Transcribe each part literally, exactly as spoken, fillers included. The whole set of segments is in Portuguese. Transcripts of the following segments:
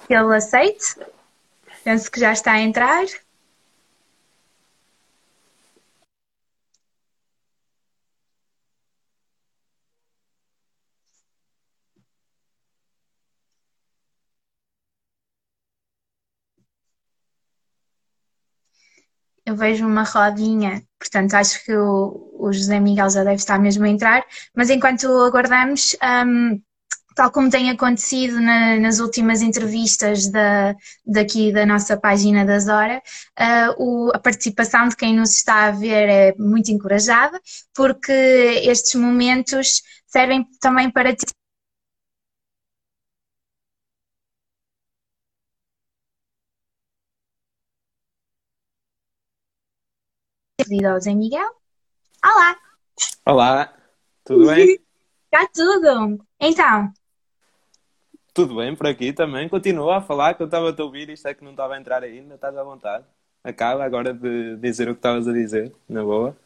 que ele aceite. Penso que já está a entrar. Eu vejo uma rodinha, portanto acho que o, o José Miguel já deve estar mesmo a entrar, mas enquanto aguardamos, um, tal como tem acontecido na, nas últimas entrevistas da, daqui da nossa página da Zora, uh, o, a participação de quem nos está a ver é muito encorajada, porque estes momentos servem também para ter ao José Miguel. Olá! Olá, tudo bem? Está tudo! Então, Tudo bem por aqui também. Continua a falar que eu estava a te ouvir, isto é que não estava a entrar ainda, estás à vontade. Acaba agora de dizer o que estavas a dizer, na boa.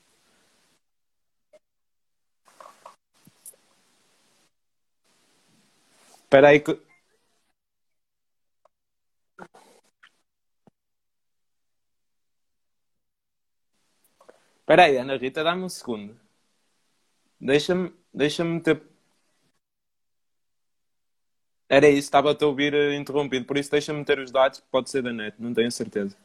Espera aí, que- espera aí, Ana Rita, dá-me um segundo. Deixa-me, deixa-me ter... Era isso, estava-te a ouvir eh, interrompido, por isso deixa-me ter os dados, que pode ser da net, não tenho certeza.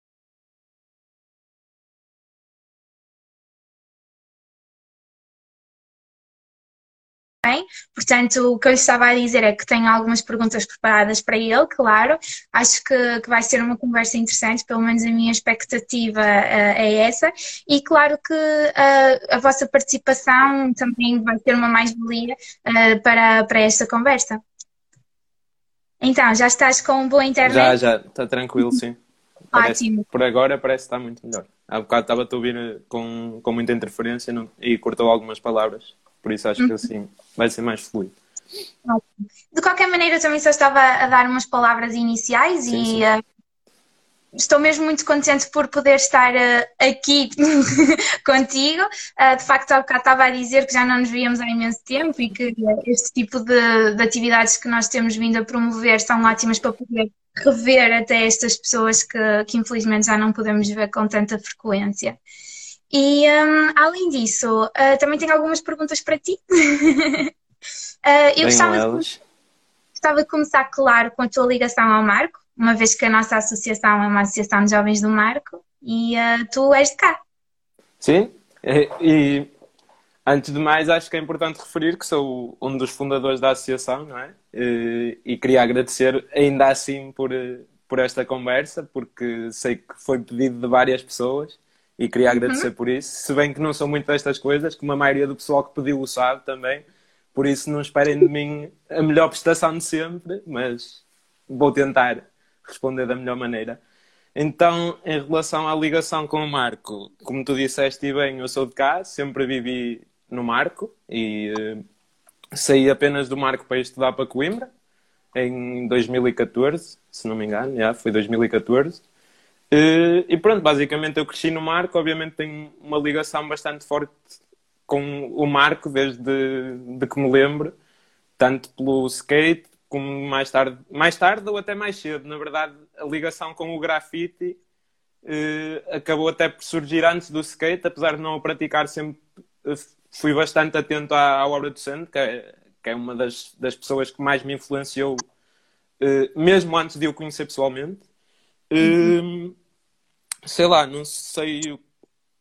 bem. Portanto, o que eu lhe estava a dizer é que tenho algumas perguntas preparadas para ele, claro. Acho que, que vai ser uma conversa interessante, pelo menos a minha expectativa, eh, é essa. E claro que eh, a vossa participação também vai ter uma mais-valia eh, para, para esta conversa. Então, já estás com boa Já, internet? já, está tranquilo, sim. Parece, Ótimo. por agora parece que está muito melhor. Há bocado estava-te a ouvir eh, com, com muita interferência não- e cortou algumas palavras, por isso acho que Uhum, assim vai ser mais fluido. ótimo. De qualquer maneira, eu também só estava a dar umas palavras iniciais Sim, e sim. eh, estou mesmo muito contente por poder estar uh, aqui contigo. Uh, de facto, há bocado estava a dizer que já não nos víamos há imenso tempo e que uh, este tipo de, de atividades que nós temos vindo a promover são ótimas para poder rever até estas pessoas que, que infelizmente já não podemos ver com tanta frequência. E um, além disso, uh, também tenho algumas perguntas para ti. Uh, eu Venham gostava de elas. Gostava de começar, claro, com a tua ligação ao Marco, uma vez que a nossa associação é uma associação de jovens do Marco e uh, tu és de cá. Sim, e, e antes de mais acho que é importante referir que sou um dos fundadores da associação, não é? E, e queria agradecer ainda assim por, eh, por esta conversa, porque sei que foi pedido de várias pessoas e queria Uhum. agradecer por isso. Se bem que não sou muito destas coisas, como a maioria do pessoal que pediu o sabe também, por isso não esperem de mim a melhor prestação de sempre, mas vou tentar responder da melhor maneira. Então, em relação à ligação com o Marco, como tu disseste e bem, eu sou de cá, sempre vivi no Marco e eh, saí apenas do Marco para ir estudar para Coimbra em dois mil e catorze, se não me engano, já, foi dois mil e catorze. Eh, e pronto, basicamente eu cresci no Marco, obviamente tenho uma ligação bastante forte com o Marco desde de que me lembro, tanto pelo skate como mais tarde, mais tarde ou até mais cedo. Na verdade, a ligação com o grafite eh, acabou até por surgir antes do skate, apesar de não o praticar sempre, eh, fui bastante atento à, à obra do Sand, que é, que é uma das, das pessoas que mais me influenciou, eh, mesmo antes de eu conhecer pessoalmente. Eh, sei lá, não sei o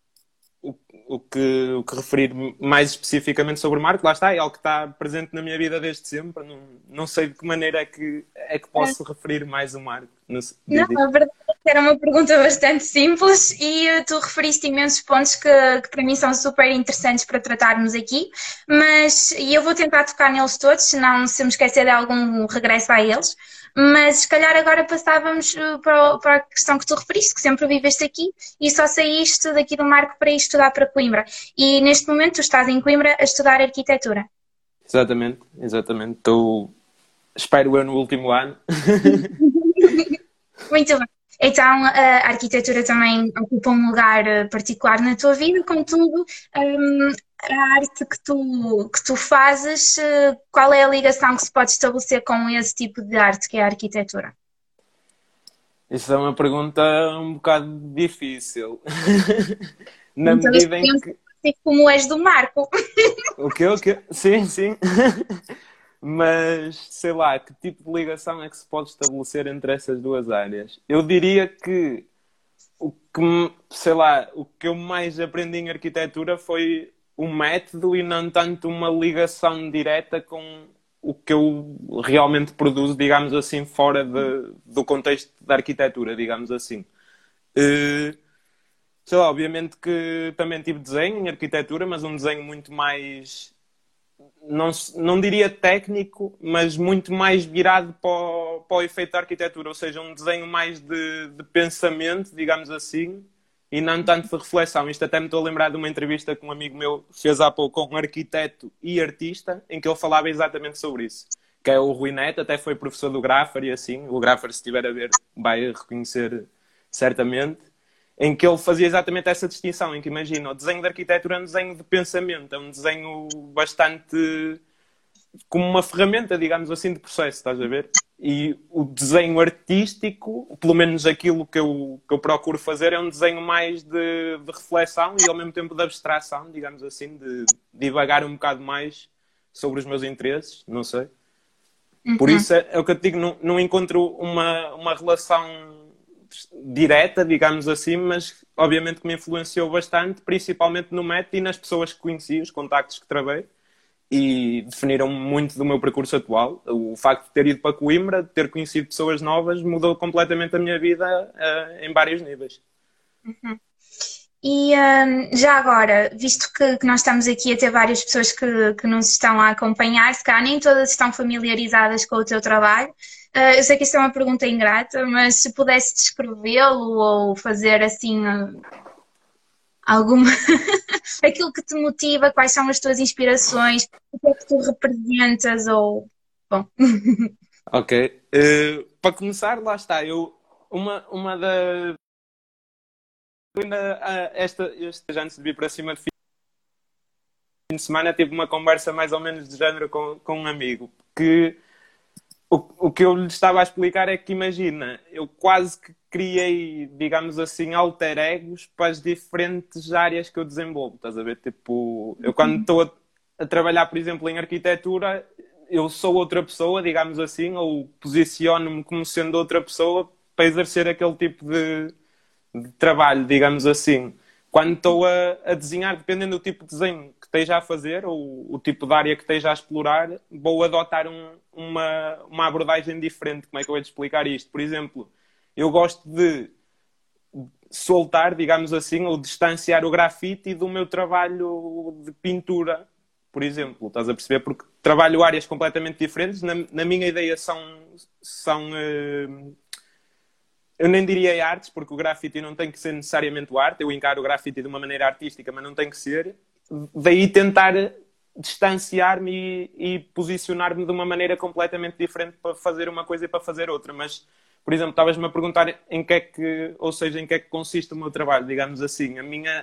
o, o, que, o que referir mais especificamente sobre o Marco, lá está, é algo que está presente na minha vida desde sempre. Não, não sei de que maneira é que, é que posso referir mais o Marco. Não sei, Não, diz, diz. a verdade é que era uma pergunta bastante simples e uh, tu referiste imensos pontos que, que para mim são super interessantes para tratarmos aqui, mas e eu vou tentar tocar neles todos, senão se me esquecer de algum regresso a eles. Mas se calhar agora passávamos uh, para, o- para a questão que tu referiste, que sempre viveste aqui e só saíste daqui do Marco para ir estudar para Coimbra. E neste momento tu estás em Coimbra a estudar arquitetura. Exatamente, exatamente. Estou, espero eu no último ano. Muito bem. Então, a arquitetura também ocupa um lugar eh, particular na tua vida, contudo, hum, a arte que tu, que tu fazes, eh, qual é a ligação que se pode estabelecer com esse tipo de arte que é a arquitetura? Isso é uma pergunta um bocado difícil. Na Então, isto medida em podemos que. ser como és do Marco. O quê? O quê? Sim, sim. Mas, sei lá, que tipo de ligação é que se pode estabelecer entre essas duas áreas? Eu diria que o que, me- sei lá, o que eu mais aprendi em arquitetura foi um método e não tanto uma ligação direta com o que eu realmente produzo, digamos assim, fora de- do contexto da arquitetura, digamos assim. Eh, sei lá, obviamente que também tive desenho em arquitetura, mas um desenho muito mais, não, se- não diria técnico, mas muito mais virado para o, para o efeito da arquitetura, ou seja, um desenho mais de, de pensamento, digamos assim, e não tanto de reflexão. Isto até me estou a lembrar de uma entrevista que um amigo meu fez há pouco com um arquiteto e artista, em que ele falava exatamente sobre isso. Que é o Rui Neto, até foi professor do Graffer e assim, o Graffer, se estiver a ver, vai reconhecer certamente, em que ele fazia exatamente essa distinção, em que imagina, o desenho de arquitetura é um desenho de pensamento, é um desenho bastante como uma ferramenta, digamos assim, de processo, estás a ver? E o desenho artístico, pelo menos aquilo que eu, que eu procuro fazer, é um desenho mais de, de reflexão e ao mesmo tempo de abstração, digamos assim, de divagar um bocado mais sobre os meus interesses, não sei. Por Uhum. isso é, é o que eu te digo, não, não encontro uma, uma relação direta, digamos assim, mas obviamente que me influenciou bastante, principalmente no método e nas pessoas que conheci, os contactos que travei, e definiram muito do meu percurso atual. O facto de ter ido para Coimbra, de ter conhecido pessoas novas, mudou completamente a minha vida uh, em vários níveis. E hum, já agora, visto que, que nós estamos aqui a ter várias pessoas que, que nos estão a acompanhar, se calhar nem todas estão familiarizadas com o teu trabalho, ah, eu sei que isto é uma pergunta ingrata, mas se pudesse descrevê-lo ou fazer assim ah, alguma aquilo que te motiva, quais são as tuas inspirações, o que é que tu representas ou bom. Ok. Uh, para começar, lá está. Eu, uma, uma da. Ainda, uh, esta, este, antes de vir para cima de fim de semana, tive uma conversa mais ou menos de género com, com um amigo que O, o que eu lhe estava a explicar é que, imagina, eu quase que criei, digamos assim, alter egos para as diferentes áreas que eu desenvolvo, estás a ver? Tipo, eu quando estou a, a trabalhar, por exemplo, em arquitetura, eu sou outra pessoa, digamos assim, ou posiciono-me como sendo outra pessoa para exercer aquele tipo de, de trabalho, digamos assim. Quando estou a, a desenhar, dependendo do tipo de desenho que esteja a fazer ou o tipo de área que esteja a explorar, vou adotar um, uma, uma abordagem diferente. Como é que eu vou te explicar isto? Por exemplo, eu gosto de soltar, digamos assim, ou distanciar o grafite do meu trabalho de pintura, por exemplo. Estás a perceber? Porque trabalho áreas completamente diferentes. Na, na minha ideia são... são uh, eu nem diria artes, porque o grafite não tem que ser necessariamente arte. Eu encaro o grafite de uma maneira artística, mas não tem que ser. Daí tentar distanciar-me e, e posicionar-me de uma maneira completamente diferente para fazer uma coisa e para fazer outra. Mas, por exemplo, estavas-me a perguntar em que é que, ou seja, em que é que consiste o meu trabalho, digamos assim. A minha,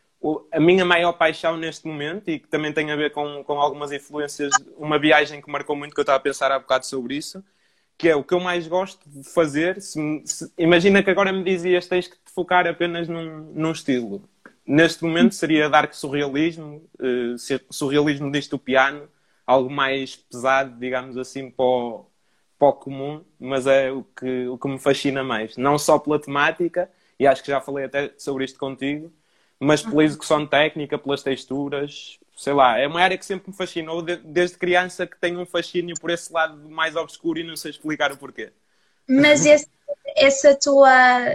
a minha maior paixão neste momento, e que também tem a ver com, com algumas influências, uma viagem que marcou muito, que eu estava a pensar há bocado sobre isso, que é o que eu mais gosto de fazer. Se, se, imagina que agora me dizias tens que te focar apenas num, num estilo. Neste momento seria dark surrealismo, uh, surrealismo distopiano, algo mais pesado, digamos assim, para o, para o comum, mas é o que, o que me fascina mais. Não só pela temática, e acho que já falei até sobre isto contigo, mas pela execução técnica, pelas texturas, sei lá, é uma área que sempre me fascinou, de, desde criança que tenho um fascínio por esse lado mais obscuro e não sei explicar o porquê. Mas esse, essa tua,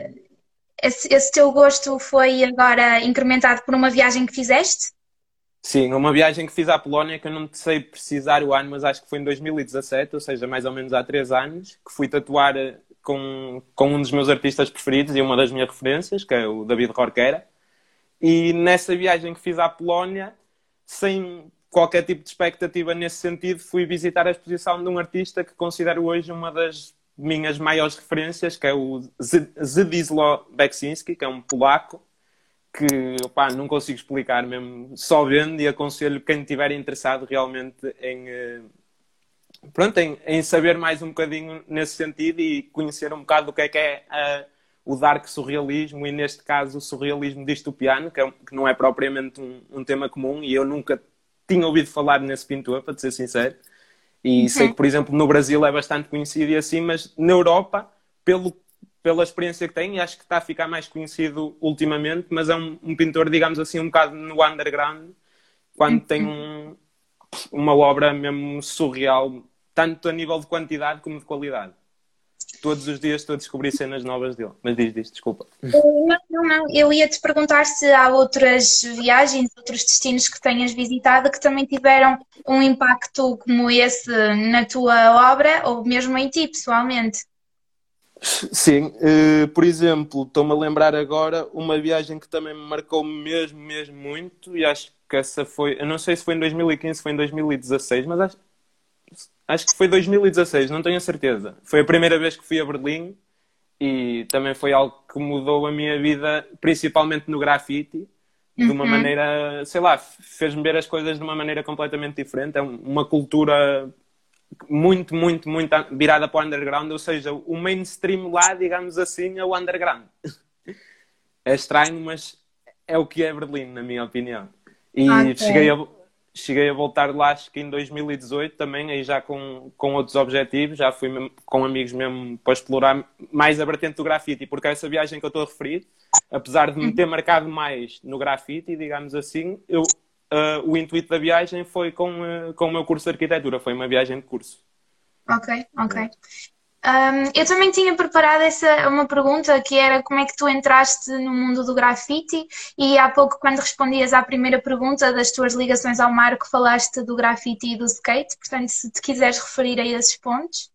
esse, esse teu gosto foi agora incrementado por uma viagem que fizeste? Sim, uma viagem que fiz à Polónia, que eu não sei precisar o ano, mas acho que foi em dois mil e dezassete, ou seja, mais ou menos há três anos, que fui tatuar com, com um dos meus artistas preferidos e uma das minhas referências, que é o David Rorquera. E nessa viagem que fiz à Polónia, sem qualquer tipo de expectativa nesse sentido, fui visitar a exposição de um artista que considero hoje uma das minhas maiores referências, que é o Zdzisław Beksiński, que é um polaco, que opá, não consigo explicar mesmo só vendo, e aconselho quem estiver interessado realmente em, eh, pronto, em, em saber mais um bocadinho nesse sentido e conhecer um bocado do que é que é uh, o dark surrealismo, e neste caso o surrealismo distopiano, que, é, que não é propriamente um, um tema comum, e eu nunca tinha ouvido falar nesse pintor, para te ser sincero. E Uhum. sei que, por exemplo, no Brasil é bastante conhecido e assim, mas na Europa, pelo, pela experiência que tem, e acho que está a ficar mais conhecido ultimamente, mas é um, um pintor, digamos assim, um bocado no underground, quando tem um, uma obra mesmo surreal, tanto a nível de quantidade como de qualidade. Todos os dias estou a descobrir cenas novas dele. Mas diz, diz, desculpa. Não, não, não. Eu ia te perguntar se há outras viagens, outros destinos que tenhas visitado que também tiveram um impacto como esse na tua obra, ou mesmo em ti, pessoalmente. Sim, uh, por exemplo, estou-me a lembrar agora uma viagem que também me marcou mesmo, mesmo muito, e acho que essa foi, eu não sei se foi em dois mil e quinze, se foi em dois mil e dezasseis, mas acho, acho que foi dois mil e dezasseis, não tenho a certeza. Foi a primeira vez que fui a Berlim e também foi algo que mudou a minha vida, principalmente no grafite, de uma Uhum. maneira, sei lá, fez-me ver as coisas de uma maneira completamente diferente. É uma cultura muito, muito, muito virada para o underground, ou seja, o mainstream lá, digamos assim, é o underground. É estranho, mas é o que é Berlim, na minha opinião. E cheguei Ok. a, cheguei a voltar lá, acho que em dois mil e dezoito também, aí já com, com outros objetivos, já fui mesmo, com amigos mesmo para explorar mais a vertente do grafite, porque essa viagem que eu estou a referir, apesar de me ter marcado mais no grafite, digamos assim, eu, uh, o intuito da viagem foi com, uh, com o meu curso de arquitetura, foi uma viagem de curso. Ok, ok. Yeah. Um, eu também tinha preparado essa, uma pergunta que era como é que tu entraste no mundo do grafite, e há pouco, quando respondias à primeira pergunta das tuas ligações ao Marco, falaste do grafite e do skate, portanto, se te quiseres referir a esses pontos.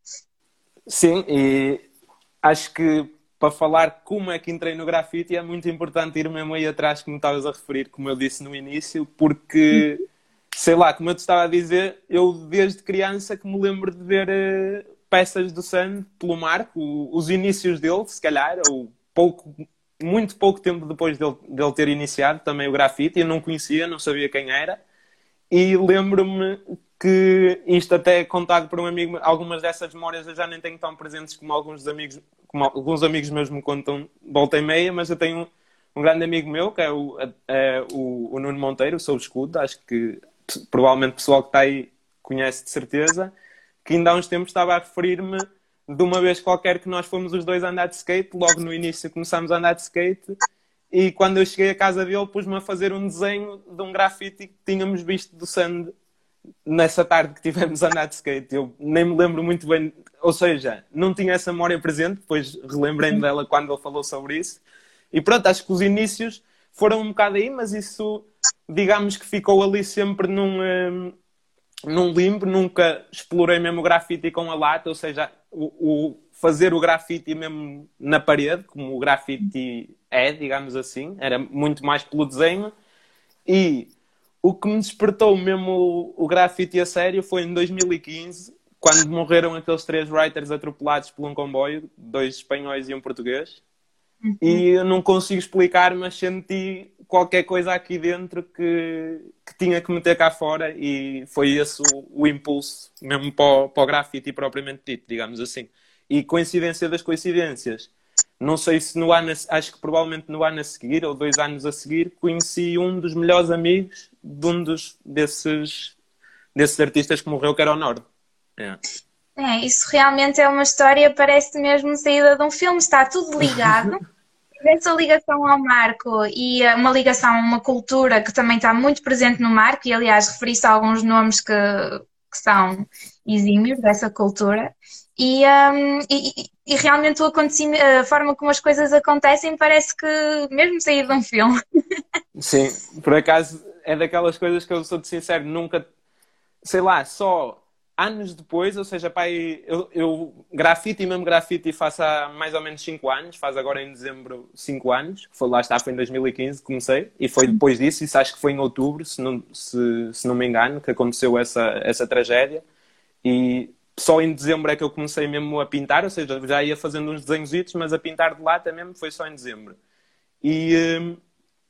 Sim, e acho que para falar como é que entrei no grafite é muito importante ir mesmo aí atrás, como estavas a referir, como eu disse no início, porque, sei lá, como eu te estava a dizer, eu desde criança que me lembro de ver eh, peças do Sand pelo Marco, o- os inícios dele, se calhar, ou pouco, muito pouco tempo depois dele, dele ter iniciado também o grafite, eu não conhecia, não sabia quem era. E lembro-me que isto até é contado por um amigo, algumas dessas memórias eu já nem tenho tão presentes como alguns amigos, como alguns amigos meus me contam volta e meia, mas eu tenho um, um grande amigo meu, que é o, é o, o Nuno Monteiro, sou o escudo, acho que provavelmente o pessoal que está aí conhece de certeza, que ainda há uns tempos estava a referir-me de uma vez qualquer que nós fomos os dois a andar de skate, logo no início começámos a andar de skate, e quando eu cheguei à casa dele, pus-me a fazer um desenho de um grafite que tínhamos visto do Sand nessa tarde que tivemos a andar de skate. Eu nem me lembro muito bem, ou seja, não tinha essa memória presente, depois relembrei-me dela quando ele falou sobre isso. E pronto, acho que os inícios foram um bocado aí, mas isso, digamos que ficou ali sempre num, hum, num limbo. Nunca explorei mesmo o grafite com a lata, ou seja, o, o fazer o grafite mesmo na parede, como o grafite é, digamos assim, era muito mais pelo desenho. E o que me despertou mesmo o, o grafite a sério foi em dois mil e quinze, quando morreram aqueles três writers atropelados por um comboio, dois espanhóis e um português. E eu não consigo explicar, mas senti qualquer coisa aqui dentro que, que tinha que meter cá fora, e foi esse o, o impulso mesmo para o, para o grafite propriamente dito, digamos assim. E coincidência das coincidências, não sei se no ano, acho que provavelmente no ano a seguir, ou dois anos a seguir, conheci um dos melhores amigos de um dos, desses, desses artistas que morreu, que era o Nord. É. É, isso realmente é uma história, parece mesmo saída de um filme, está tudo ligado. Essa ligação ao Marco e eh, uma ligação a uma cultura que também está muito presente no Marco, e aliás referi-se a alguns nomes que, que são exímios dessa cultura, e, hum, e- e- e realmente o acontecimento, a forma como as coisas acontecem parece que mesmo sair de um filme. Sim, por acaso é daquelas coisas que eu sou de sincero, nunca, sei lá, só anos depois, ou seja, pai, eu, eu grafite, mesmo grafite faço há mais ou menos cinco anos, faz agora em dezembro cinco anos, que foi, lá está, foi em dois mil e quinze que comecei, e foi depois disso, isso acho que foi em outubro, se não, se, se não me engano, que aconteceu essa, essa tragédia, e só em dezembro é que eu comecei mesmo a pintar, ou seja, já ia fazendo uns desenhos, mas a pintar de lata mesmo foi só em dezembro. E, hum,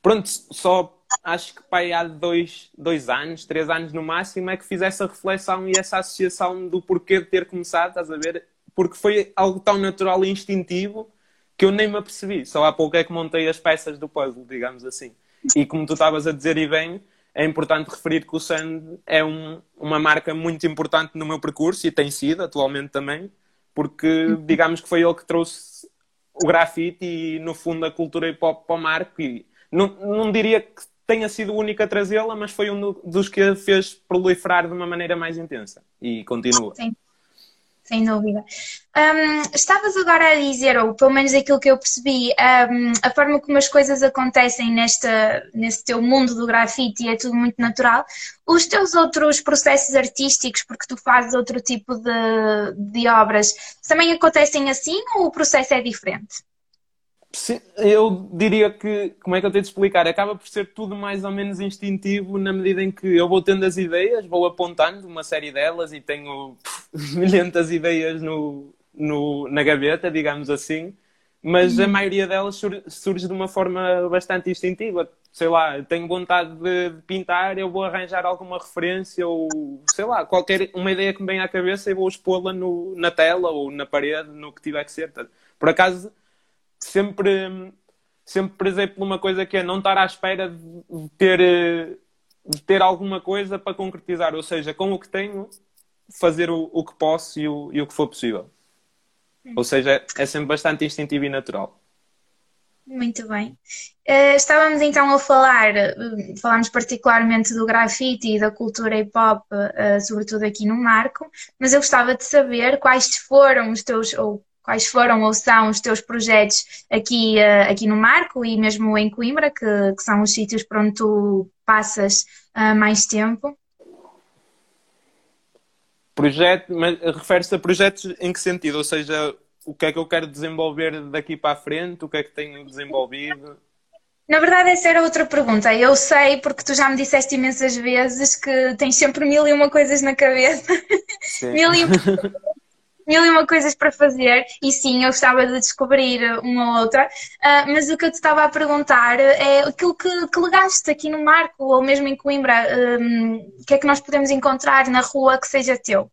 pronto, só acho que pai, há dois, dois anos, três anos no máximo, é que fiz essa reflexão e essa associação do porquê de ter começado, estás a ver? Porque foi algo tão natural e instintivo que eu nem me apercebi. Só há pouco é que montei as peças do puzzle, digamos assim. E como tu estavas a dizer e bem, é importante referir que o Sand é um, uma marca muito importante no meu percurso e tem sido atualmente também, porque digamos que foi ele que trouxe o grafite e no fundo a cultura hip hop para o Marco. E não, não diria que tenha sido o único a trazê-la, mas foi um dos que a fez proliferar de uma maneira mais intensa e continua. Sim. Sem dúvida. Um, estavas agora a dizer, ou pelo menos aquilo que eu percebi, um, a forma como as coisas acontecem nesta, nesse teu mundo do grafite é tudo muito natural. Os teus outros processos artísticos, porque tu fazes outro tipo de, de obras, também acontecem assim ou o processo é diferente? Sim, eu diria que, como é que eu tenho de explicar? Acaba por ser tudo mais ou menos instintivo na medida em que eu vou tendo as ideias, vou apontando uma série delas e tenho milhentas ideias no, no, na gaveta, digamos assim, mas a maioria delas sur, surge de uma forma bastante instintiva. Sei lá, tenho vontade de, de pintar, eu vou arranjar alguma referência ou, sei lá, qualquer uma ideia que me venha à cabeça e vou expô-la no, na tela ou na parede, no que tiver que ser. Por acaso, sempre, sempre prezei por uma coisa que é não estar à espera de ter, de ter alguma coisa para concretizar. Ou seja, com o que tenho, fazer o, o que posso e o, e o que for possível. Ou seja, é sempre bastante instintivo e natural. Muito bem. Uh, estávamos então a falar, uh, falámos particularmente do grafite e da cultura hip hop, uh, sobretudo aqui no Marco, mas eu gostava de saber quais foram os teus, ou quais foram ou são os teus projetos aqui, uh, aqui no Marco e mesmo em Coimbra, que, que são os sítios por onde tu passas uh, mais tempo. Projeto, mas refere-se a projetos em que sentido? Ou seja, o que é que eu quero desenvolver daqui para a frente? O que é que tenho desenvolvido? Na verdade, essa era outra pergunta. Eu sei, porque tu já me disseste imensas vezes que tens sempre mil e uma coisas na cabeça, Sim. mil e, mil e uma coisas para fazer, e sim, eu gostava de descobrir uma ou outra, uh, mas o que eu te estava a perguntar é aquilo que, que legaste aqui no Marco, ou mesmo em Coimbra, um, o que é que nós podemos encontrar na rua que seja teu?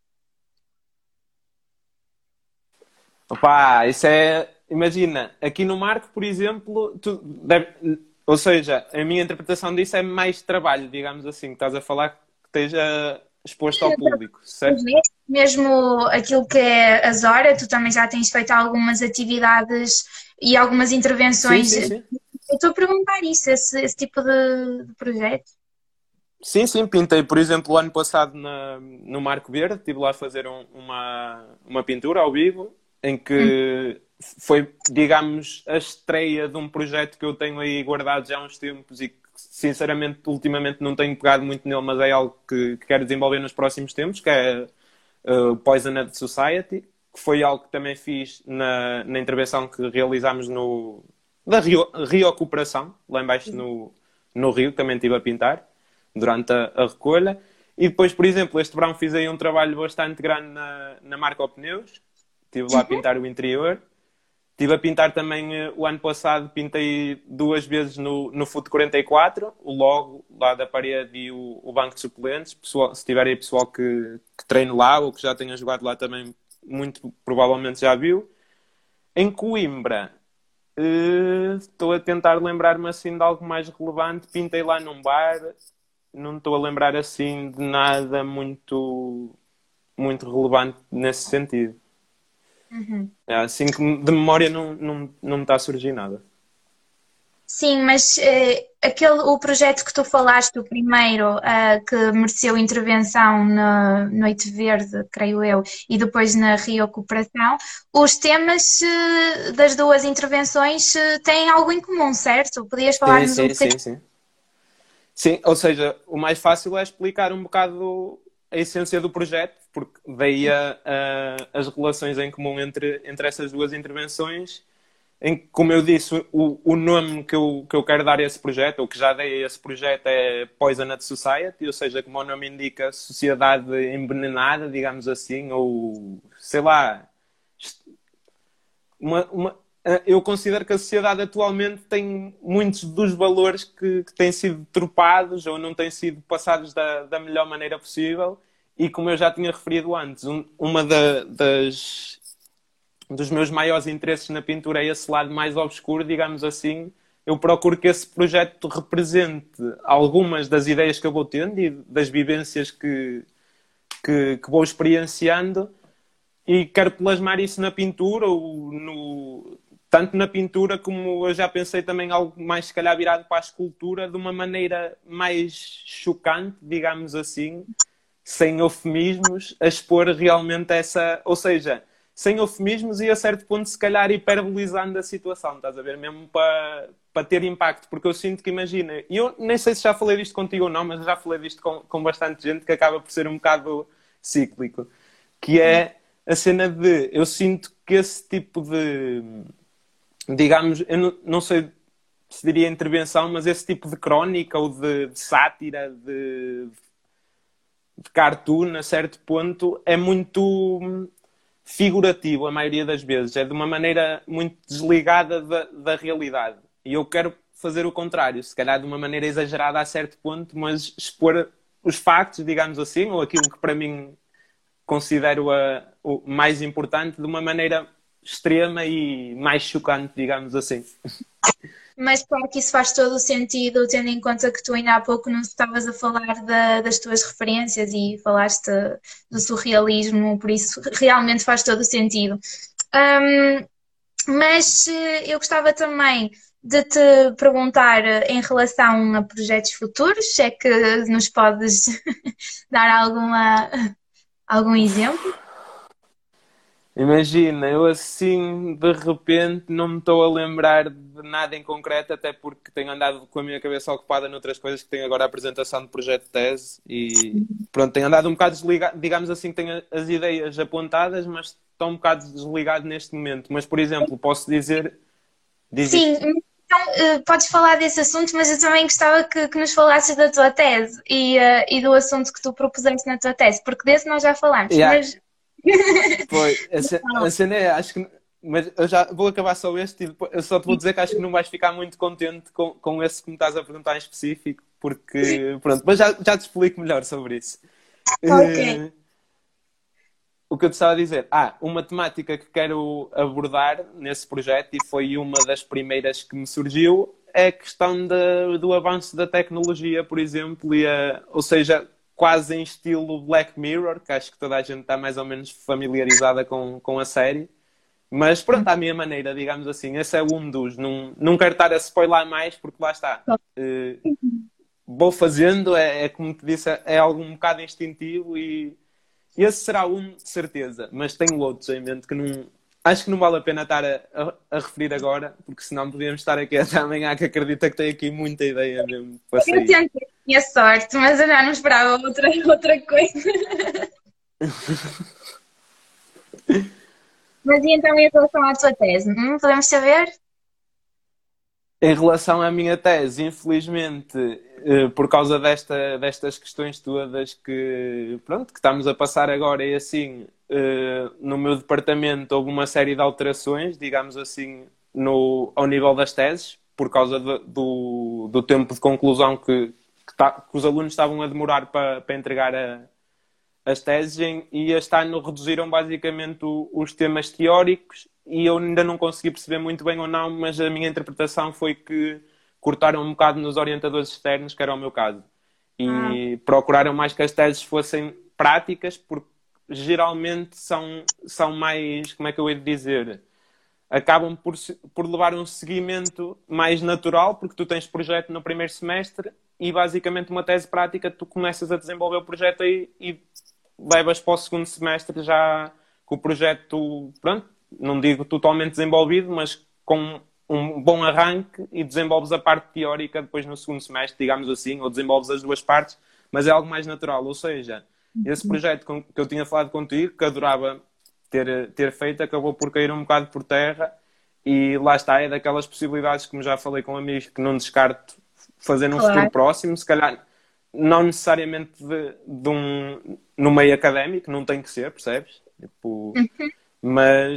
Opa, isso é... Imagina, aqui no Marco, por exemplo, tu deve... ou seja, a minha interpretação disso é mais trabalho, digamos assim, que estás a falar que esteja exposto ao público, certo? Mesmo aquilo que é a Zora, tu também já tens feito algumas atividades e algumas intervenções. Sim, sim, sim. Eu estou a perguntar isso, esse, esse tipo de, de projeto. Sim, sim, pintei, por exemplo, o ano passado na, no Marco Verde, estive lá a fazer um, uma, uma pintura ao vivo, em que foi, digamos, a estreia de um projeto que eu tenho aí guardado já há uns tempos e que, sinceramente, ultimamente não tenho pegado muito nele, mas é algo que, que quero desenvolver nos próximos tempos, que é o uh, Poisoned Society, que foi algo que também fiz na, na intervenção que realizámos no, da Rio, Recuperação, lá embaixo no, no Rio, que também estive a pintar durante a, a recolha. E depois, por exemplo, este verão fiz aí um trabalho bastante grande na, na marca Pneus. Estive lá a pintar o interior. Estive a pintar também, o ano passado, pintei duas vezes no, no Foot quarenta e quatro, o logo lá da parede e o, o banco de suplentes. Pessoal, se tiver aí pessoal que, que treine lá ou que já tenha jogado lá também, muito provavelmente já viu. Em Coimbra, uh, estou a tentar lembrar-me assim de algo mais relevante. Pintei lá num bar, não estou a lembrar assim de nada muito, muito relevante nesse sentido. Uhum. É, assim que de memória não, não, não me está a surgir nada. Sim, mas eh, aquele, o projeto que tu falaste, o primeiro, ah, que mereceu intervenção na Noite Verde, creio eu, e depois na Recuperação, os temas eh, das duas intervenções eh, têm algo em comum, certo? Podias Sim, falar-nos um sim, sim, bocadinho? sim. Sim, ou seja, o mais fácil é explicar um bocado a essência do projeto, porque daí a, a, as relações em comum entre, entre essas duas intervenções, em que, como eu disse, o, o nome que eu, que eu quero dar a esse projeto, ou que já dei a esse projeto, é Poisoned Society, ou seja, como o nome indica, sociedade envenenada, digamos assim, ou sei lá, uma, uma, eu considero que a sociedade atualmente tem muitos dos valores que, que têm sido tropados ou não têm sido passados da, da melhor maneira possível. E como eu já tinha referido antes, um, uma da, das, dos meus maiores interesses na pintura é esse lado mais obscuro, digamos assim. Eu procuro que esse projeto represente algumas das ideias que eu vou tendo e das vivências que, que, que vou experienciando, e quero plasmar isso na pintura, ou no, tanto na pintura como eu já pensei também algo mais, se calhar, virado para a escultura, de uma maneira mais chocante, digamos assim, sem eufemismos, a expor realmente essa... Ou seja, sem eufemismos e a certo ponto, se calhar, hiperbolizando a situação, estás a ver? Mesmo para, para ter impacto, porque eu sinto que, imagina, e eu nem sei se já falei disto contigo ou não, mas já falei disto com, com bastante gente, que acaba por ser um bocado cíclico, que é a cena de... Eu sinto que esse tipo de... Digamos, eu não, não sei se diria intervenção, mas esse tipo de crónica ou de, de sátira, de, de cartoon, a certo ponto, é muito figurativo a maioria das vezes. É de uma maneira muito desligada da, da realidade. E eu quero fazer o contrário, se calhar de uma maneira exagerada a certo ponto, mas expor os factos, digamos assim, ou aquilo que para mim considero a, o mais importante, de uma maneira extrema e mais chocante, digamos assim. Mas claro que isso faz todo o sentido, tendo em conta que tu ainda há pouco não estavas a falar da- das tuas referências e falaste do surrealismo, por isso realmente faz todo o sentido. Hum, mas eh, eu gostava também de te perguntar eh, em relação a projetos futuros, se é que nos podes dar alguma, algum exemplo? Imagina, eu assim, de repente, não me estou a lembrar de nada em concreto, até porque tenho andado com a minha cabeça ocupada noutras coisas, que tenho agora a apresentação de projeto de tese e pronto, tenho andado um bocado desligado, digamos assim, que tenho as ideias apontadas, mas estou um bocado desligado neste momento. Mas, por exemplo, posso dizer... Diz Sim, isto. então, eh, podes falar desse assunto, mas eu também gostava que, que nos falasses da tua tese e, eh, e do assunto que tu propuseste na tua tese, porque desse nós já falámos, Yeah, mas foi, a ce- a cena é, acho que... Mas eu já vou acabar só este e depois, eu só te vou dizer que acho que não vais ficar muito contente com, com esse que me estás a perguntar em específico, porque, pronto, mas já, já te explico melhor sobre isso. ok. Eh, o que eu te estava a dizer? Ah, uma temática que quero abordar nesse projeto, e foi uma das primeiras que me surgiu, é a questão da- do avanço da tecnologia, por exemplo, e a, ou seja, quase em estilo Black Mirror, que acho que toda a gente está mais ou menos familiarizada com, com a série. Mas pronto, à minha maneira, digamos assim, esse é um dos. Não, não quero estar a spoiler mais, porque lá está. Eh, vou fazendo, é, é como te disse, é algo um bocado instintivo, e esse será um de certeza, mas tenho outros em mente que não. Acho que não vale a pena estar a, a- a referir agora, porque senão podíamos estar aqui até amanhã, que acredita que tem aqui muita ideia mesmo para Eu sair. tentei, tinha sorte, mas eu já não esperava outra, outra coisa. Mas e então em relação à tua tese? Hum, podemos saber? Em relação à minha tese, infelizmente, eh, por causa desta, destas questões todas que, pronto, que estamos a passar agora, e assim, eh, no meu departamento houve uma série de alterações, digamos assim, no, ao nível das teses, por causa do, do, do tempo de conclusão que, que, tá- que os alunos estavam a demorar para, para entregar a, as teses, em- e este ano reduziram basicamente o- os temas teóricos, e eu ainda não consegui perceber muito bem ou não, mas a minha interpretação foi que cortaram um bocado nos orientadores externos, que era o meu caso, Ah, e procuraram mais que as teses fossem práticas, porque geralmente são, são mais, como é que eu ia dizer, acabam por, se- por levar um seguimento mais natural, porque tu tens projeto no primeiro semestre e basicamente uma tese prática, tu começas a desenvolver o projeto aí e levas para o segundo semestre já com o projeto, pronto, não digo totalmente desenvolvido, mas com um bom arranque, e desenvolves a parte teórica depois no segundo semestre, digamos assim, ou desenvolves as duas partes, mas é algo mais natural. Ou seja, esse projeto com- que eu tinha falado contigo, que adorava ter, ter feito, acabou por cair um bocado por terra, e lá está, é daquelas possibilidades, como já falei com amigos, que não descarto fazer num futuro claro. próximo, se calhar não necessariamente de, de um, no meio académico, não tem que ser, percebes? Tipo, mas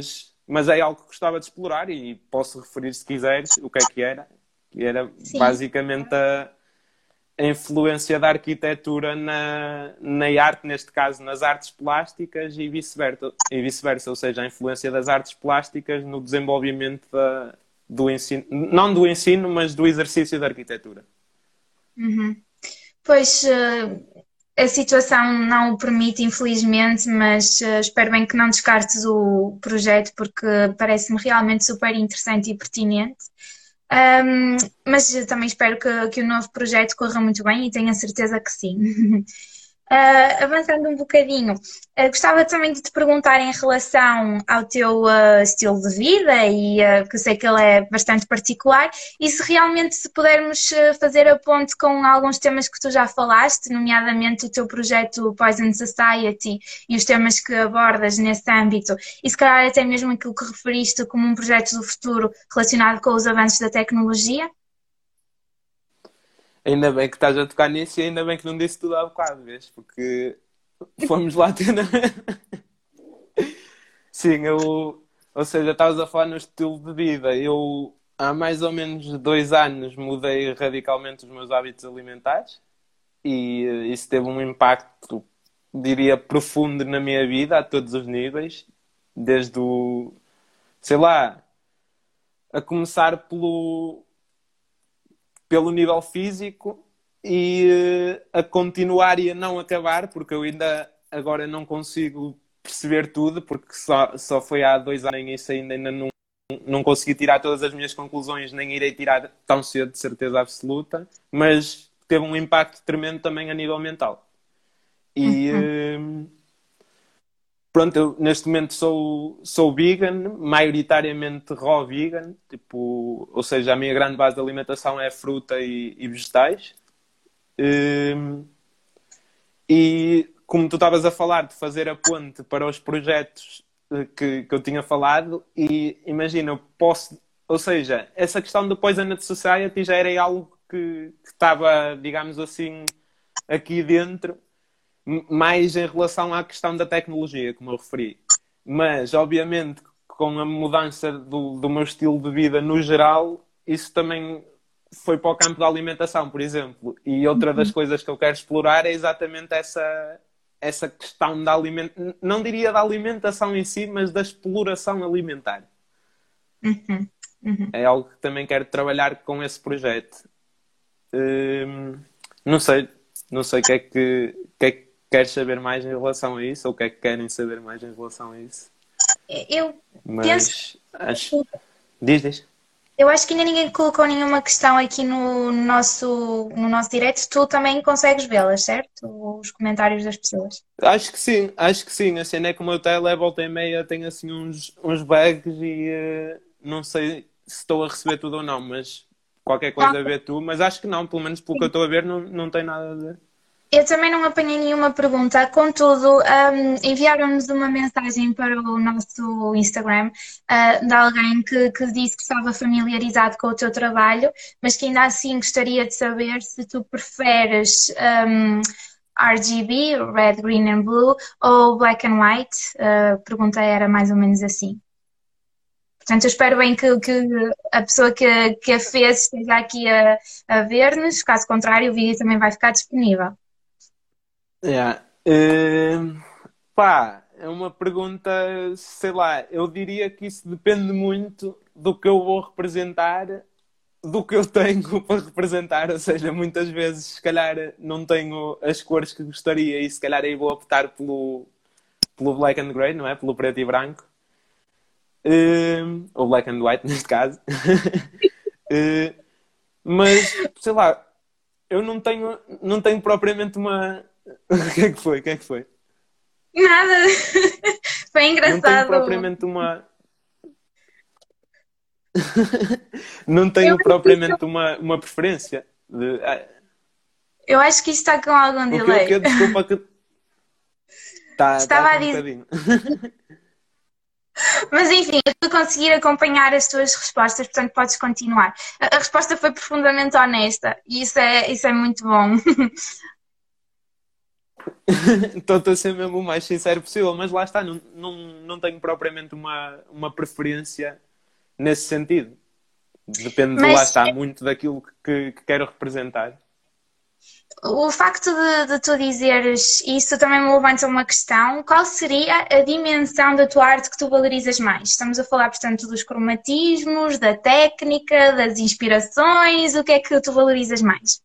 mas é algo que gostava de explorar e posso referir, se quiseres, o que é que era. E era Sim. basicamente a, a influência da arquitetura na, na arte, neste caso nas artes plásticas e vice-versa, e vice-versa, ou seja, a influência das artes plásticas no desenvolvimento da, do ensino, não do ensino, mas do exercício da arquitetura. Uhum. Pois eh, a situação não o permite, infelizmente, mas eh, espero bem que não descartes o projeto porque parece-me realmente super interessante e pertinente. Ahm, mas eu também espero que, que o novo projeto corra muito bem e tenho a certeza que sim. Ah, avançando um bocadinho, ah, gostava também de te perguntar em relação ao teu ah, estilo de vida e ah, que eu sei que ele é bastante particular e se realmente se pudermos ah, fazer a ponte com alguns temas que tu já falaste, nomeadamente o teu projeto Poison Society e os temas que abordas nesse âmbito e se calhar até mesmo aquilo que referiste como um projeto do futuro relacionado com os avanços da tecnologia. Ainda bem que estás a tocar nisso e ainda bem que não disse tudo há bocado, vês? Porque fomos lá ter... Sim, eu... Ou seja, estavas a falar no estilo de vida. Eu, há mais ou menos dois anos, mudei radicalmente os meus hábitos alimentares e eh, isso teve um impacto, diria, profundo na minha vida, a todos os níveis. Desde o... Sei lá, a começar pelo, pelo nível físico e eh, a continuar e a não acabar, porque eu ainda agora não consigo perceber tudo, porque só, só foi há dois anos e isso ainda, ainda não, não consegui tirar todas as minhas conclusões, nem irei tirar tão cedo, de certeza absoluta, mas teve um impacto tremendo também a nível mental. E Uhum. eh, pronto, eu neste momento sou, sou vegan, maioritariamente raw vegan, tipo, ou seja, a minha grande base de alimentação é fruta e, e vegetais. Hum, e como tu estavas a falar de fazer a ponte para os projetos eh, que, que eu tinha falado, e imagina, eu posso, ou seja, essa questão do Poison Society já era algo que, que estava, digamos assim, aqui dentro, m- mais em relação à questão da tecnologia, como eu referi. Mas, obviamente, com a mudança do, do meu estilo de vida no geral, isso também foi para o campo da alimentação, por exemplo. E outra das coisas que eu quero explorar é exatamente essa, essa questão da alimentação, não diria da alimentação em si, mas da exploração alimentar. Uhum. Uhum. É algo que também quero trabalhar com esse projeto. Hum, não sei, não sei o que é que, o que é que queres saber mais em relação a isso, ou o que é que querem saber mais em relação a isso. Eu penso Mas acho. Diz, diz. Eu acho que ainda ninguém colocou nenhuma questão aqui no nosso, no nosso direct. Tu também consegues vê-las, certo? Os comentários das pessoas. Acho que sim, acho que sim. A cena é que o meu tele, volta e meia, tem assim uns, uns bugs e eh, não sei se estou a receber tudo ou não, mas qualquer coisa a Pronto. ver tu. Mas acho que não, pelo menos pelo que eu estou a ver, não, não tem nada a ver. Eu também não apanhei nenhuma pergunta, contudo, hum, enviaram-nos uma mensagem para o nosso Instagram, ah, de alguém que, que disse que estava familiarizado com o teu trabalho, mas que ainda assim gostaria de saber se tu preferes, hum, R G B, Red, Green and Blue, ou Black and White. A pergunta era mais ou menos assim. Portanto, eu espero bem que, que a pessoa que, que a fez esteja aqui a, a ver-nos, caso contrário, o vídeo também vai ficar disponível. Yeah. Eh, pá, é uma pergunta, sei lá, eu diria que isso depende muito do que eu vou representar, do que eu tenho para representar, ou seja, muitas vezes se calhar não tenho as cores que gostaria e se calhar aí vou optar pelo, pelo black and grey, não é? Pelo preto e branco. Eh, ou black and white neste caso. Eh, mas, sei lá, eu não tenho, não tenho propriamente uma... O que é que foi? O que é que foi? Nada. Foi Não tenho engraçado. propriamente uma. Não Eu tenho acho que isto, propriamente uma, uma preferência. De... ah, eu acho que isto está com algum O que o delay. que? Desculpa que. Está tá Estava aqui a um dizer. bocadinho. Mas enfim, eu estou a conseguir acompanhar as tuas respostas, portanto podes continuar. A, a resposta foi profundamente honesta e isso é, isso é muito bom. estou a ser mesmo o mais sincero possível, mas lá está, não, não, não tenho propriamente uma, uma preferência nesse sentido. Depende, de lá Mas está, muito daquilo que, que quero representar. o facto de, de tu dizeres isso também me levanta uma questão. Qual seria a dimensão da tua arte que tu valorizas mais? Estamos a falar, portanto, dos cromatismos, da técnica, das inspirações. O que é que tu valorizas mais?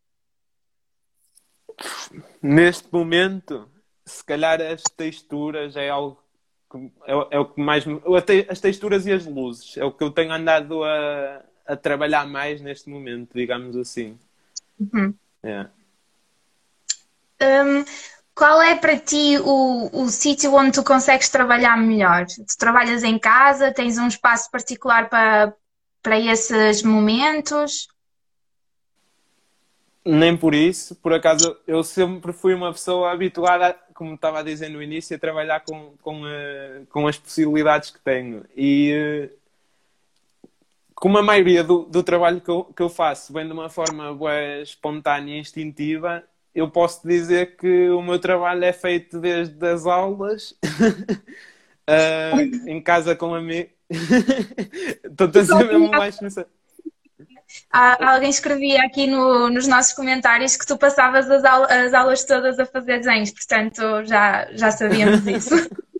Neste momento, se calhar as texturas é algo que é, é o que mais me, as texturas e as luzes é o que eu tenho andado a, a trabalhar mais neste momento, digamos assim. Uhum. É. Hum, qual é para ti o, o sítio onde tu consegues trabalhar melhor? Tu trabalhas em casa? Tens um espaço particular para, para esses momentos? Nem por isso, por acaso eu sempre fui uma pessoa habituada, como estava a dizer no início, a trabalhar com, com, uh, com as possibilidades que tenho. E uh, como a maioria do, do trabalho que eu, que eu faço vem de uma forma bué, espontânea e instintiva, eu posso dizer que o meu trabalho é feito desde as aulas, uh, em casa com amigos. Estou a ser mesmo mais sincero. Há- Alguém escrevia aqui no- nos nossos comentários que tu passavas as, au- as aulas todas a fazer desenhos, portanto já, já sabíamos isso.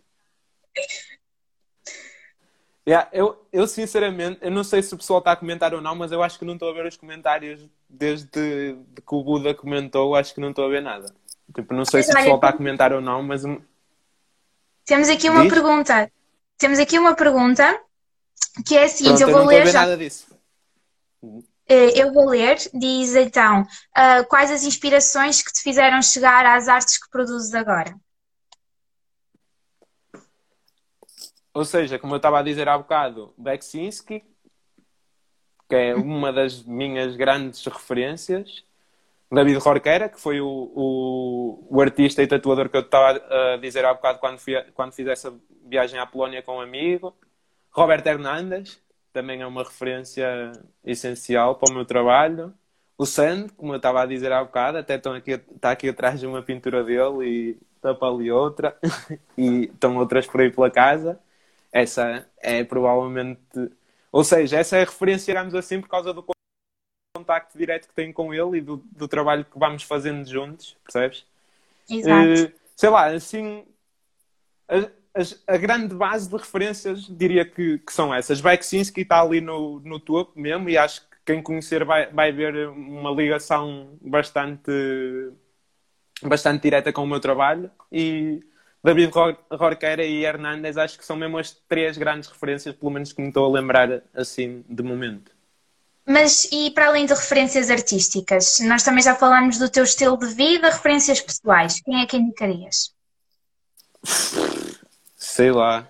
Yeah, eu, eu sinceramente, eu não sei se o pessoal está a comentar ou não, mas eu acho que não estou a ver os comentários desde de que o Buda comentou, acho que não estou a ver nada. Tipo, não sei Mas se o pessoal olha, está a comentar ou não, mas hum, temos aqui uma diz? pergunta. Temos aqui uma pergunta que é a seguinte, Pronto, eu eu não vou estou a ler ver já. nada disso. Eh, Eu vou ler, diz então, ah, quais as inspirações que te fizeram chegar às artes que produzes agora? Ou seja, como eu estava a dizer há bocado, Beksinski, que é uma das minhas grandes referências, David Jorquera, que foi o, o, o artista e tatuador que eu estava a dizer há bocado quando, fui, quando fiz essa viagem à Polónia com um amigo, Robert Hernandes, também é uma referência essencial para o meu trabalho. O Sand, como eu estava a dizer há bocado, até estão aqui, está aqui atrás de uma pintura dele e está para ali outra. E estão outras por aí pela casa. Essa é provavelmente... Ou seja, essa é a referência, digamos assim, por causa do contacto direto que tenho com ele e do, do trabalho que vamos fazendo juntos, percebes? Exato. Uh, sei lá, assim... A, a, a grande base de referências diria que, que são essas. Beksinski está ali no, no topo mesmo e acho que quem conhecer vai, vai ver uma ligação bastante, bastante direta com o meu trabalho. E David Jorquera e Hernandes acho que são mesmo as três grandes referências, pelo menos que me estou a lembrar assim de momento. Mas e para além de referências artísticas, nós também já falámos do teu estilo de vida, referências pessoais. Quem é que indicarias? Sei lá.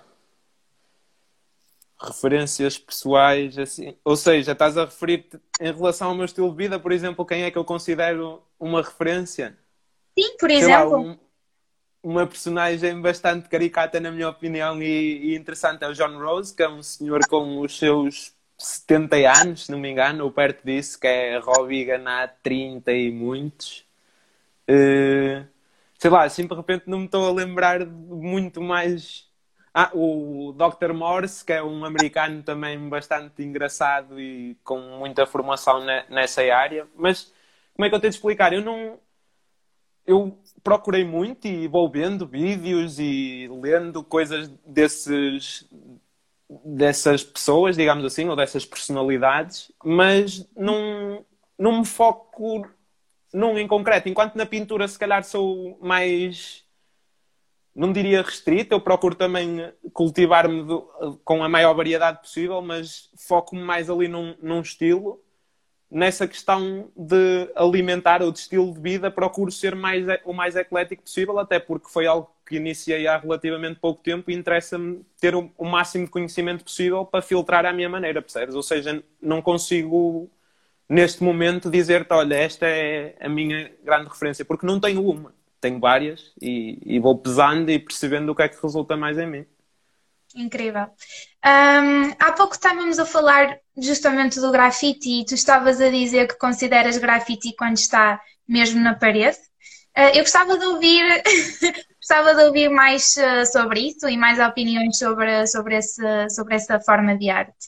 Referências pessoais, assim. Ou seja, estás a referir-te em relação ao meu estilo de vida, por exemplo, quem é que eu considero uma referência? Sim, por Sei lá, exemplo. um, uma personagem bastante caricata, na minha opinião, e, e interessante é o John Rose, que é um senhor com os seus setenta anos, se não me engano, ou perto disso, que é Robbie há trinta e muitos. Uh, sei lá, assim de repente não me estou a lembrar de muito mais. Ah, o doutor Morse, que é um americano também bastante engraçado e com muita formação ne- nessa área. Mas como é que eu tenho de explicar? Eu não. Eu procurei muito e vou vendo vídeos e lendo coisas desses, dessas pessoas, digamos assim, ou dessas personalidades, mas não, não me foco num em concreto. Enquanto na pintura, se calhar, sou mais. Não diria restrito, eu procuro também cultivar-me do- com a maior variedade possível, mas foco-me mais ali num, num estilo. Nessa questão de alimentar ou de estilo de vida, procuro ser mais, o mais eclético possível, até porque foi algo que iniciei há relativamente pouco tempo e interessa-me ter o, o máximo de conhecimento possível para filtrar à minha maneira, percebes? Ou seja, não consigo, neste momento, dizer-te, olha, esta é a minha grande referência, porque não tenho uma. Tenho várias e, e vou pesando e percebendo o que é que resulta mais em mim. Incrível. Ahm, há pouco estávamos a falar justamente do grafite e tu estavas a dizer que consideras grafite quando está mesmo na parede. Eh, eu gostava de ouvir, gostava de ouvir mais eh, sobre isso e mais opiniões sobre, sobre, esse, sobre essa forma de arte.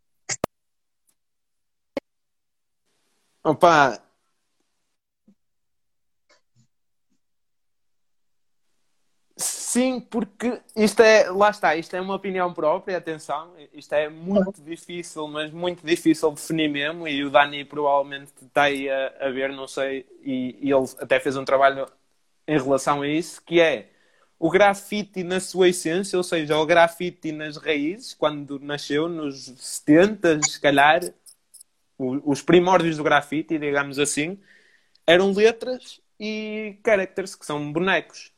Opa, sim, porque isto é, lá está, isto é uma opinião própria, atenção, isto é muito difícil, mas muito difícil de definir mesmo, e o Dani provavelmente está aí a, a ver, não sei, e, e ele até fez um trabalho em relação a isso, que é o grafite na sua essência, ou seja, o grafite nas raízes, quando nasceu, nos setenta, se calhar, o- os primórdios do grafite, digamos assim, eram letras e characters, que são bonecos.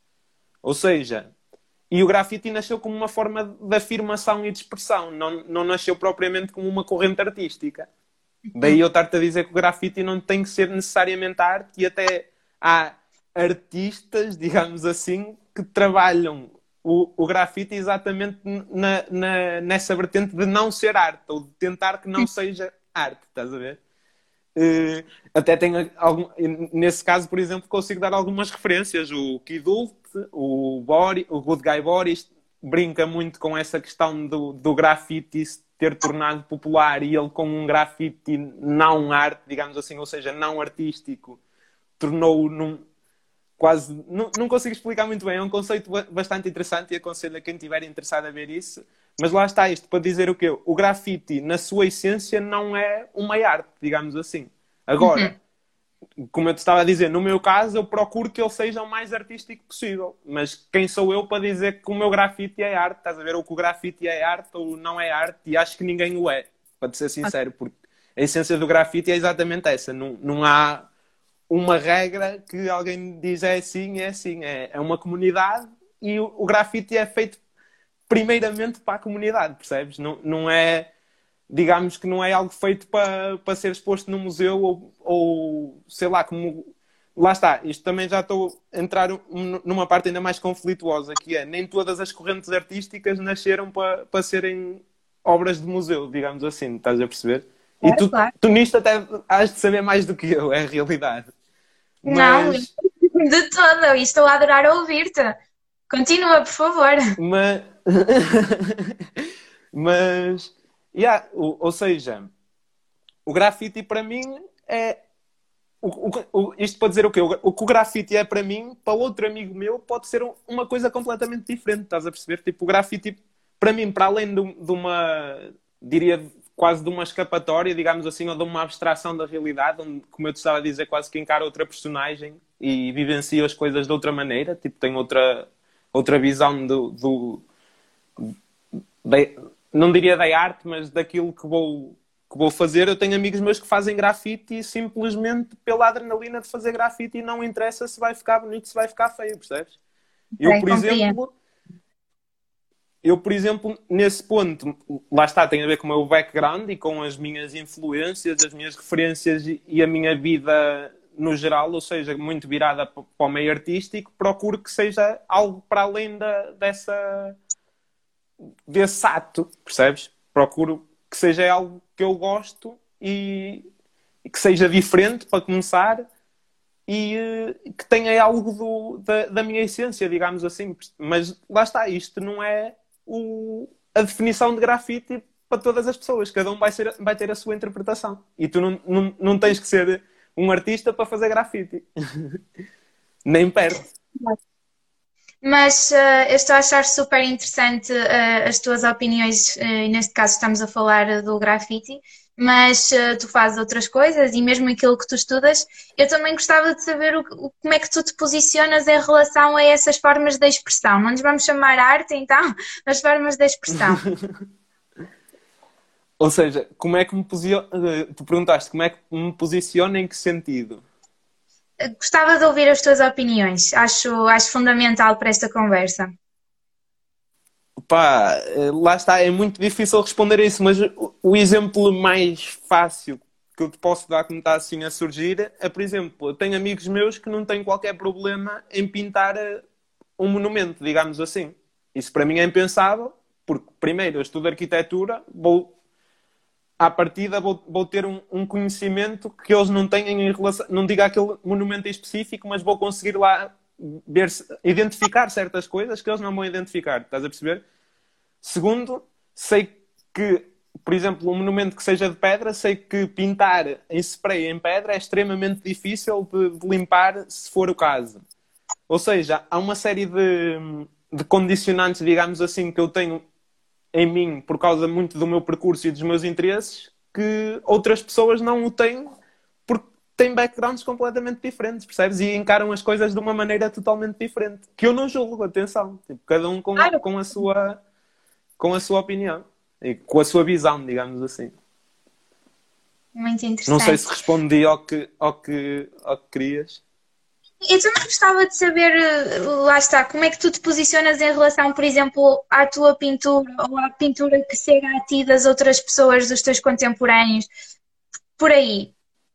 Ou seja, e o grafite nasceu como uma forma de afirmação e de expressão, não, não nasceu propriamente como uma corrente artística. Daí eu estar-te a dizer que o grafite não tem que ser necessariamente arte, e até há artistas, digamos assim, que trabalham o, o grafite exatamente na, na, nessa vertente de não ser arte, ou de tentar que não seja arte, estás a ver? Uh, até tenho algum, nesse caso, por exemplo, consigo dar algumas referências. O Kidult, o, Boris, o Good Guy Boris brinca muito com essa questão do, do grafite se ter tornado popular, e ele, com um grafite não arte, digamos assim, ou seja, não artístico, tornou-o num, quase. Não, não consigo explicar muito bem, é um conceito bastante interessante e aconselho a quem estiver interessado a ver isso. Mas lá está isto para dizer o quê? O grafite, na sua essência, não é uma arte, digamos assim. Agora, Uhum. como eu te estava a dizer, no meu caso, eu procuro que ele seja o mais artístico possível. Mas quem sou eu para dizer que o meu grafite é arte? Estás a ver? Ou que o grafite é arte ou não é arte? E acho que ninguém o é, para te ser sincero, porque a essência do grafite é exatamente essa. Não, não há uma regra que alguém diz é assim, é assim. É, é uma comunidade, e o, o grafite é feito primeiramente para a comunidade, percebes? Não, não é, digamos que não é algo feito para, para ser exposto no museu, ou, ou sei lá, como. Lá está, isto também já estou a entrar numa parte ainda mais conflituosa, que é, nem todas as correntes artísticas nasceram para, para serem obras de museu, digamos assim, estás a perceber? E Claro, tu, claro. tu nisto até has de saber mais do que eu, é a realidade. Não, Mas, de todo, e estou a adorar ouvir-te. Continua, por favor. mas, mas, yeah, ou, ou seja, o grafite para mim é. O, o, o, isto para dizer o quê? O, o que o grafite é para mim, para outro amigo meu, pode ser um- uma coisa completamente diferente, estás a perceber? Tipo, o grafite, para mim, para além de, um- de uma, diria, quase de uma escapatória, digamos assim, ou de uma abstração da realidade, onde, como eu te estava a dizer, quase que encara outra personagem e vivencia as coisas de outra maneira, tipo, tem outra, outra visão do, do, da, não diria da arte, mas daquilo que vou, que vou fazer. Eu tenho amigos meus que fazem grafite simplesmente pela adrenalina de fazer grafite, e não interessa se vai ficar bonito, se vai ficar feio, percebes? Eu, Ok, por compreendo. exemplo, eu, por exemplo, nesse ponto, lá está, tem a ver com o meu background e com as minhas influências, as minhas referências e e a minha vida no geral, ou seja, muito virada para o meio artístico. Procuro que seja algo para além da, dessa, desse ato, percebes? Procuro que seja algo que eu gosto, e, e que seja diferente para começar, e uh, que tenha algo do, da, da, minha essência, digamos assim. Mas lá está, isto não é o, a definição de grafite para todas as pessoas. Cada um vai, ser, vai ter a sua interpretação. E tu não, não, não tens que ser um artista para fazer grafite. Nem perto. Mas eh, eu estou a achar super interessante eh, as tuas opiniões, eh, e neste caso estamos a falar eh, do grafite, mas eh, tu fazes outras coisas e mesmo aquilo que tu estudas, eu também gostava de saber o, o- como é que tu te posicionas em relação a essas formas de expressão. Não nos vamos chamar arte, então, mas formas de expressão. Ou seja, como é que me posiciono... Tu perguntaste como é que me posiciono, em que sentido? Eh, Gostava de ouvir as tuas opiniões, acho, acho fundamental para esta conversa. Pá, eh, lá está, é muito difícil responder a isso, mas o, o exemplo mais fácil que eu te posso dar, como está assim a surgir, é, por exemplo, eu tenho amigos meus que não têm qualquer problema em pintar eh, um monumento, digamos assim. Isso para mim é impensável, porque primeiro eu estudo arquitetura, vou, à partida vou, vou ter um, um conhecimento que eles não têm em relação, não digo aquele monumento em específico, mas vou conseguir lá ver, identificar certas coisas que eles não vão identificar, estás a perceber? Segundo, sei que, por exemplo, um monumento que seja de pedra, sei que pintar em spray em pedra é extremamente difícil de, de limpar, se for o caso. Ou seja, há uma série de, de condicionantes, digamos assim, que eu tenho em mim por causa muito do meu percurso e dos meus interesses, que outras pessoas não o têm porque têm backgrounds completamente diferentes, percebes? E encaram as coisas de uma maneira totalmente diferente. Que eu não julgo, atenção. Tipo, cada um com, Claro, com a sua com a sua opinião e com a sua visão, digamos assim. muito Não sei interessante. se respondi ao que, ao que, ao que querias. Eu também gostava de saber, eh, lá está, como é que tu te posicionas em relação, por exemplo, à tua pintura ou à pintura que chega a ti das outras pessoas, dos teus contemporâneos, por aí.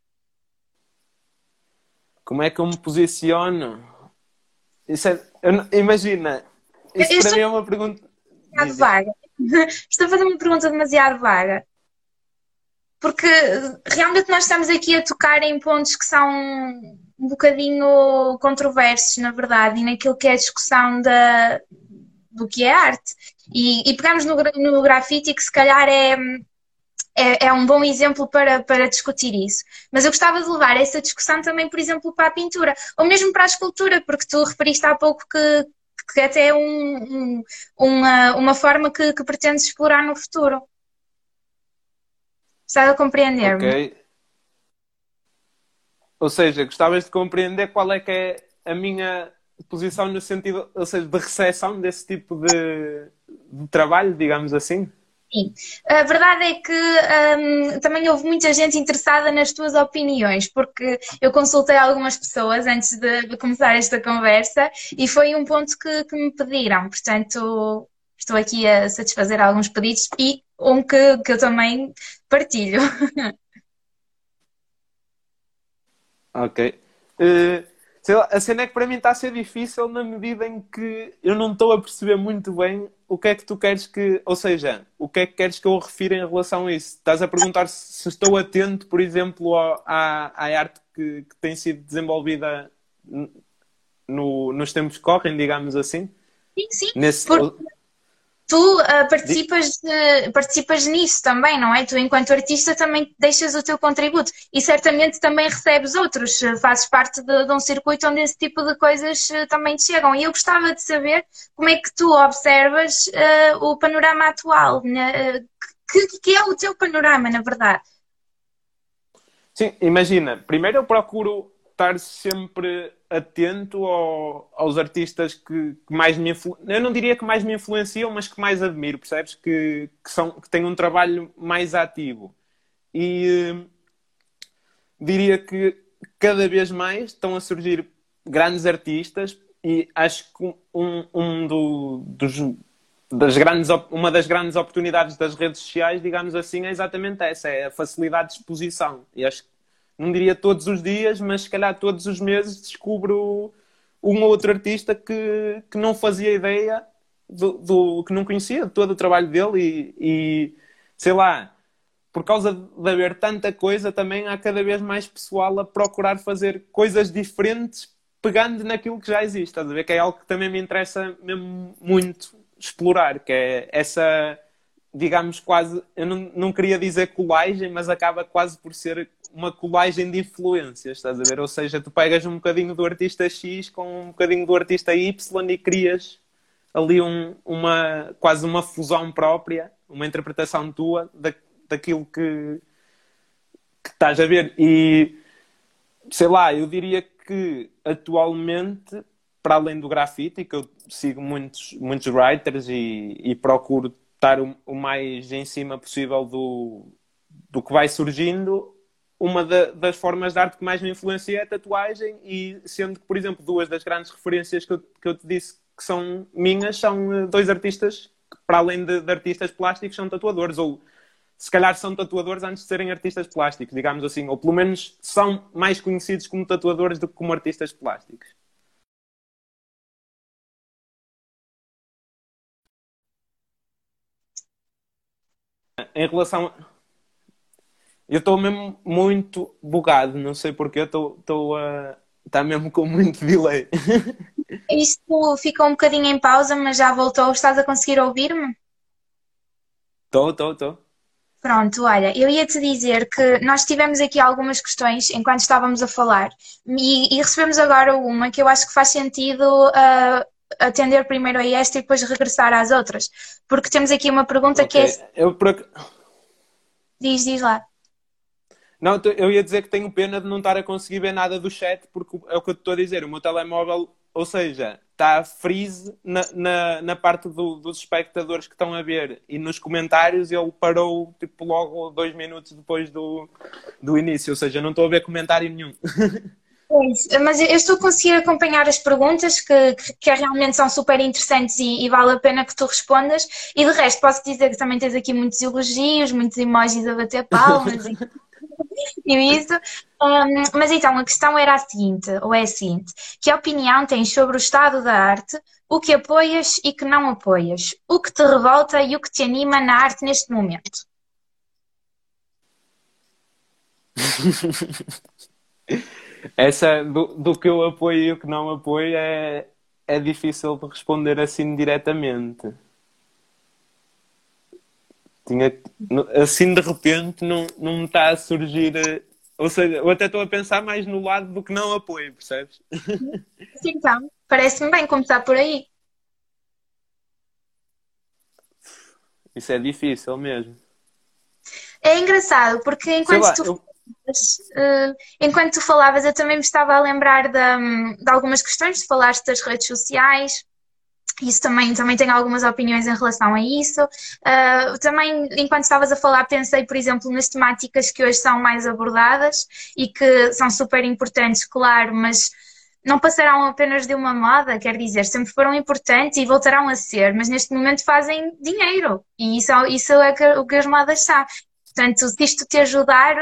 Como é que eu me posiciono? Isso é, eu não- imagina, Eu, isso eu para estou mim é uma pergunta. demasiado Diz, diz. vaga. Estou a fazer uma pergunta demasiado vaga. Porque realmente nós estamos aqui a tocar em pontos que são um bocadinho controversos, na verdade, e naquilo que é a discussão da, do que é arte. E, e pegamos no, gra- no grafite, que se calhar é, é, é um bom exemplo para, para discutir isso. Mas eu gostava de levar essa discussão também, por exemplo, para a pintura, ou mesmo para a escultura, porque tu referiste há pouco que, que até é um, um- uma, uma forma que, que pretendes explorar no futuro. Estás a Ok. compreender-me? Ou seja, gostavas de compreender qual é que é a minha posição no sentido, ou seja, de recepção desse tipo de, de trabalho, digamos assim? Sim. A verdade é que hum, também houve muita gente interessada nas tuas opiniões, porque eu consultei algumas pessoas antes de, de começar esta conversa e foi um ponto que, que me pediram. Portanto, estou aqui a satisfazer alguns pedidos e um que, que eu também partilho. Ok. Eh, sei lá, a cena é que para mim está a ser difícil na medida em que eu não estou a perceber muito bem o que é que tu queres que. Ou seja, o que é que queres que eu refira em relação a isso? Estás a perguntar se, se estou atento, por exemplo, ao- à, à arte que, que tem sido desenvolvida n- no- nos tempos que correm, digamos assim? Sim, sim, Nesse, porque ou- tu ah, di- participas, de- participas nisso também, não é? Tu, enquanto artista, também deixas o teu contributo e certamente também recebes outros, eh, fazes parte de, de um circuito onde esse tipo de coisas eh, também te chegam. E eu gostava de saber como é que tu observas eh, o panorama atual, né? Eh, que, que é o teu panorama, na verdade. Sim, imagina, primeiro eu procuro estar sempre atento ao- aos artistas que, que mais me influenciam. Eu não diria que mais me influenciam, mas que mais admiro, percebes? Que, que, são, que têm um trabalho mais ativo. E eh, diria que cada vez mais estão a surgir grandes artistas e acho que um, um do- dos, das grandes, op- uma das grandes oportunidades das redes sociais, digamos assim, é exatamente essa, é a facilidade de exposição. E acho que, não diria todos os dias, mas se calhar todos os meses descubro um ou outro artista que, que não fazia ideia do, do- que não conhecia de todo o trabalho dele e, e sei lá, por causa de haver tanta coisa, também há cada vez mais pessoal a procurar fazer coisas diferentes pegando naquilo que já existe. Estás a ver? Que é algo que também me interessa mesmo muito explorar, que é essa, digamos, quase, eu não, não queria dizer colagem, mas acaba quase por ser uma colagem de influências, estás a ver? Ou seja, tu pegas um bocadinho do artista X com um bocadinho do artista Y e crias ali um, uma, quase uma fusão própria, uma interpretação tua da, daquilo que, que estás a ver. E sei lá, eu diria que atualmente, para além do grafite, que eu sigo muitos, muitos writers e, e procuro estar o, o mais em cima possível do, do que vai surgindo, uma da- das formas de arte que mais me influencia é a tatuagem, e sendo que, por exemplo, duas das grandes referências que eu, que eu te disse que são minhas são eh, dois artistas que, para além de, de artistas plásticos, são tatuadores, ou se calhar são tatuadores antes de serem artistas plásticos, digamos assim, ou pelo menos são mais conhecidos como tatuadores do que como artistas plásticos. Em relação, Eu estou mesmo muito bugado, não sei porquê, estou a. Está mesmo com muito delay. Isto ficou um bocadinho em pausa, mas já voltou. Estás a conseguir ouvir-me? Estou, estou, estou. Pronto, olha, eu ia te dizer que nós tivemos aqui algumas questões enquanto estávamos a falar e, e recebemos agora uma que eu acho que faz sentido uh, atender primeiro a esta e depois regressar às outras, porque temos aqui uma pergunta Ok. que é. Eu por ac- Diz, diz lá. Não, tô- eu ia dizer que tenho pena de não estar a conseguir ver nada do chat, porque é o que eu te estou a dizer. O meu telemóvel, ou seja, está freeze na, na, na parte do- dos espectadores que estão a ver e nos comentários ele parou tipo logo dois minutos depois do, do início. Ou seja, não estou a ver comentário nenhum. Pois, mas eu estou a conseguir acompanhar as perguntas que, que, que realmente são super interessantes e, e vale a pena que tu respondas. E de resto, posso dizer que também tens aqui muitos elogios, muitos emojis a bater palmas e, e isso. Hum, mas então, a questão era a seguinte, ou é a seguinte: que opinião tens sobre o estado da arte, o que apoias e que não apoias, o que te revolta e o que te anima na arte neste momento? Essa do, do que eu apoio e o que não apoio é, é difícil de responder assim diretamente. Tinha, assim de repente não, não me está a surgir. eh, Ou seja, eu até estou a pensar mais no lado do que não apoio, percebes? Então, parece-me bem começar por aí. Isso é difícil mesmo. É engraçado, porque Sei enquanto lá, tu eu. falavas, eh, enquanto tu falavas, eu também me estava a lembrar de, de algumas questões, tu falaste das redes sociais, isso também, também tenho algumas opiniões em relação a isso. Uh, também, enquanto estavas a falar, pensei, por exemplo, nas temáticas que hoje são mais abordadas e que são super importantes, claro, mas não passarão apenas de uma moda, quer dizer, sempre foram importantes e voltarão a ser, mas neste momento fazem dinheiro e isso, isso é que- o que as modas são. Portanto, se isto te ajudar,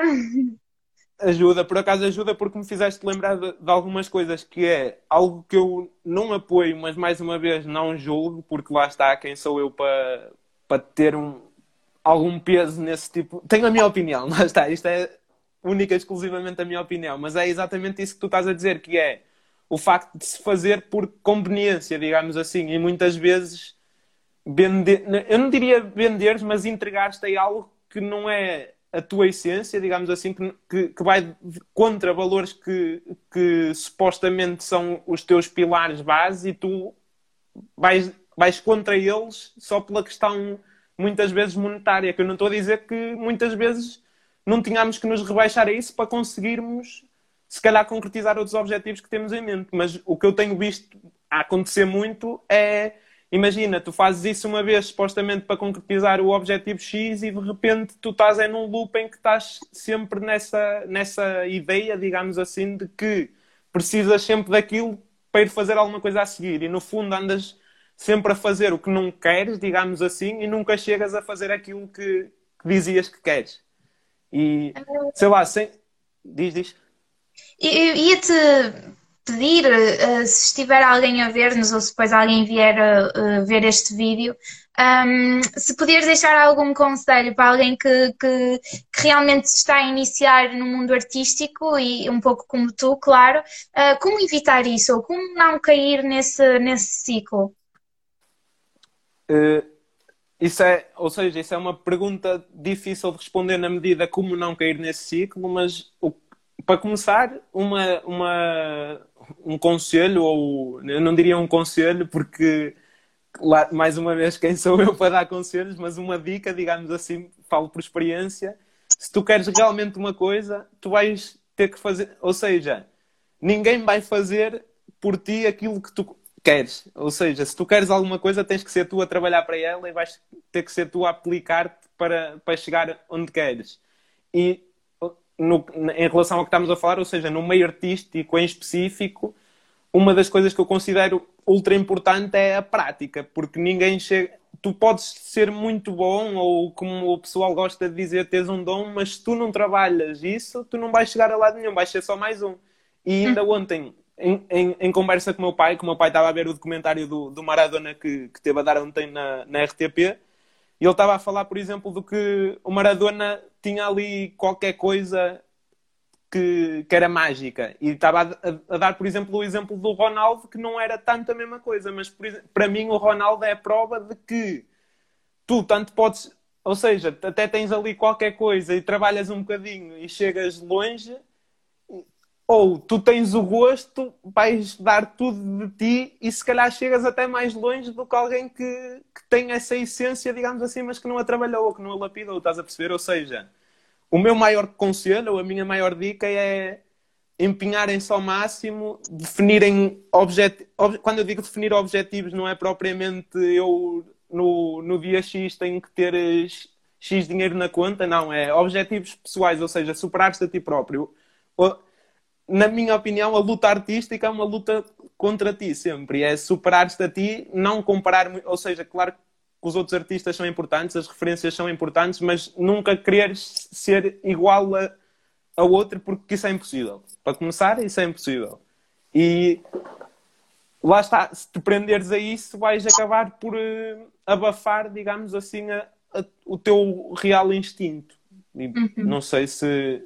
Ajuda, por acaso ajuda porque me fizeste lembrar de, de algumas coisas que é algo que eu não apoio, mas mais uma vez não julgo, porque lá está quem sou eu para, para ter um, algum peso nesse tipo. Tenho a minha opinião, lá está, isto é única e exclusivamente a minha opinião, mas é exatamente isso que tu estás a dizer, que é o facto de se fazer por conveniência, digamos assim, e muitas vezes vender, eu não diria vender, mas entregar-te a algo que não é a tua essência, digamos assim, que, que, que vai contra valores que, que supostamente são os teus pilares base e tu vais, vais contra eles só pela questão muitas vezes monetária, que eu não estou a dizer que muitas vezes não tínhamos que nos rebaixar a isso para conseguirmos se calhar concretizar outros objetivos que temos em mente, mas o que eu tenho visto a acontecer muito é, imagina, tu fazes isso uma vez supostamente para concretizar o objetivo X e de repente tu estás é num loop em que estás sempre nessa, nessa ideia, digamos assim, de que precisas sempre daquilo para ir fazer alguma coisa a seguir e no fundo andas sempre a fazer o que não queres, digamos assim, e nunca chegas a fazer aquilo que, que dizias que queres. E, sei lá, sem... Diz, diz. eu ia-te pedir, eh, se estiver alguém a ver-nos ou se depois alguém vier a, a ver este vídeo, ahm, se puderes deixar algum conselho para alguém que, que, que realmente se está a iniciar no mundo artístico e um pouco como tu, claro, ah, como evitar isso ou como não cair nesse, nesse ciclo? Uh, isso é, ou seja, isso é uma pergunta difícil de responder na medida como não cair nesse ciclo, mas o, para começar, uma, uma, um conselho, ou eu não diria um conselho, porque lá, mais uma vez, quem sou eu para dar conselhos, mas uma dica, digamos assim, falo por experiência. Se tu queres realmente uma coisa, tu vais ter que fazer, ou seja, ninguém vai fazer por ti aquilo que tu queres. Ou seja, se tu queres alguma coisa, tens que ser tu a trabalhar para ela e vais ter que ser tu a aplicar-te para, para chegar onde queres. E no, em relação ao que estamos a falar, ou seja, no meio artístico em específico, uma das coisas que eu considero ultra importante é a prática, porque ninguém chega. Tu podes ser muito bom, ou como o pessoal gosta de dizer, tens um dom, mas se tu não trabalhas isso, tu não vais chegar a lado nenhum, vais ser só mais um. E ainda ontem, em, em, em conversa com o meu pai, que o meu pai estava a ver o documentário do, do Maradona que, que teve a dar ontem na, na R T P, E ele estava a falar, por exemplo, do que o Maradona tinha ali qualquer coisa que, que era mágica. E estava a, a, a dar, por exemplo, o exemplo do Ronaldo, que não era tanto a mesma coisa. Mas, por, para mim, o Ronaldo é a prova de que tu tanto podes... Ou seja, até tens ali qualquer coisa e trabalhas um bocadinho e chegas longe... Ou tu tens o gosto, vais dar tudo de ti e se calhar chegas até mais longe do que alguém que, que tem essa essência, digamos assim, mas que não a trabalhou ou que não a lapidou, estás a perceber? Ou seja, o meu maior conselho, ou a minha maior dica é empenharem-se ao máximo, definirem objetivos. Quando eu digo definir objetivos, não é propriamente eu no, no dia X tenho que ter X dinheiro na conta, não, é objetivos pessoais, ou seja, superar-te a ti próprio. Na minha opinião, a luta artística é uma luta contra ti sempre. E é superar-te a ti, não comparar... Ou seja, claro que os outros artistas são importantes, as referências são importantes, mas nunca quereres ser igual a, a outro, porque isso é impossível. Para começar, isso é impossível. E lá está, se te prenderes a isso, vais acabar por uh, abafar, digamos assim, a, a, o teu real instinto. E Uhum. Não sei se...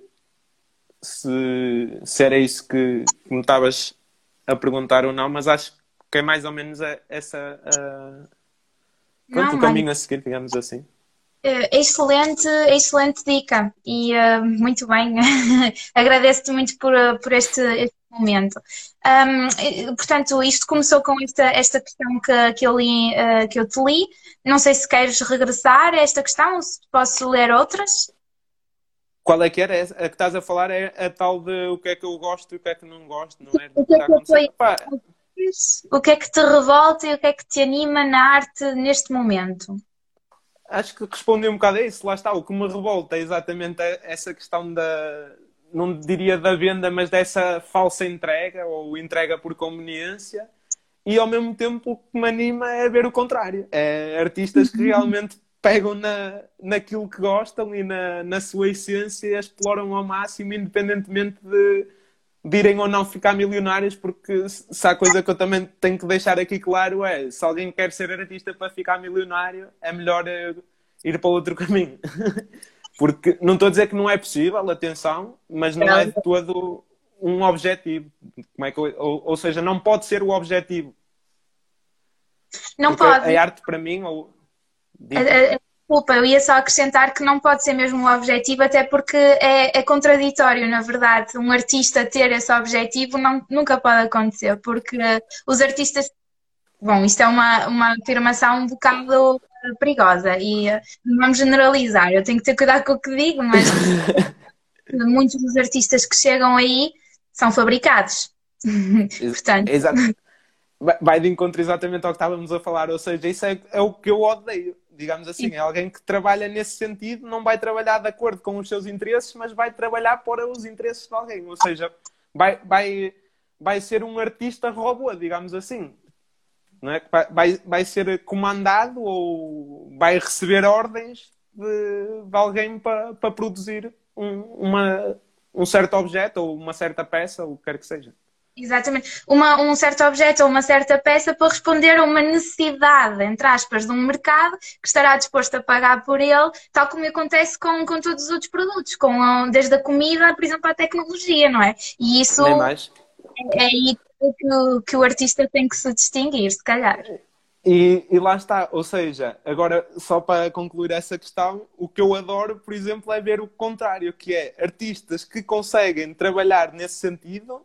Se, se era isso que me estavas a perguntar ou não, mas acho que é mais ou menos a, essa a, pronto, Não, o caminho mas, a seguir, digamos assim. é excelente, excelente dica e uh, muito bem. Agradeço-te muito por, uh, por este, este momento. Um, e, portanto, isto começou com esta, esta questão que, que, eu li, uh, que eu te li. Não sei se queres regressar a esta questão ou se posso ler outras. Qual é que era? A que estás a falar é a tal de o que é que eu gosto e o que é que não gosto, não é? O Do que que é está a que acontecer. foi, Pá, o que é que te revolta e o que é que te anima na arte neste momento? acho que respondi um bocado a isso. Lá está, o que me revolta é exatamente essa questão da, não diria da venda, mas dessa falsa entrega ou entrega por conveniência. E ao mesmo tempo o que me anima é ver o contrário. É artistas que realmente pegam na, naquilo que gostam e na, na sua essência e a exploram ao máximo, independentemente de, de irem ou não ficar milionários, porque se há coisa que eu também tenho que deixar aqui claro é, se alguém quer ser artista para ficar milionário, é melhor ir para outro caminho. Porque não estou a dizer que não é possível, atenção, mas não é de todo um objetivo. Como é que eu, ou, ou seja, não pode ser o objetivo. Não Porque pode. a arte para mim... Ou... A- a- Desculpa, eu ia só acrescentar que não pode ser mesmo o objetivo, até porque é, é contraditório, na verdade. Um artista ter esse objetivo não, nunca pode acontecer, porque os artistas. Bom, isto é uma, uma afirmação um bocado eh, perigosa e eh, não vamos generalizar. Eu tenho que ter cuidado com o que digo, mas muitos dos artistas que chegam aí são fabricados. Portanto, Exato. Vai de encontro exatamente ao que estávamos a falar, ou seja, isso é, é o que eu odeio, digamos assim, é alguém que trabalha nesse sentido, não vai trabalhar de acordo com os seus interesses, mas vai trabalhar para os interesses de alguém, ou seja, vai, vai, vai ser um artista robô, digamos assim, não é? Vai, vai ser comandado ou vai receber ordens de, de alguém para, para produzir um, uma, um certo objeto ou uma certa peça, ou o que quer que seja. exatamente. Uma, um certo objeto ou uma certa peça para responder a uma necessidade, entre aspas, de um mercado que estará disposto a pagar por ele, tal como acontece com, com todos os outros produtos, com, a- desde a comida, por exemplo, à tecnologia, não é? E isso Nem mais. é aí que, o- que o artista tem que se distinguir, se calhar. E, e lá está, ou seja, agora só para concluir essa questão, o que eu adoro, por exemplo, é ver o contrário, que é artistas que conseguem trabalhar nesse sentido,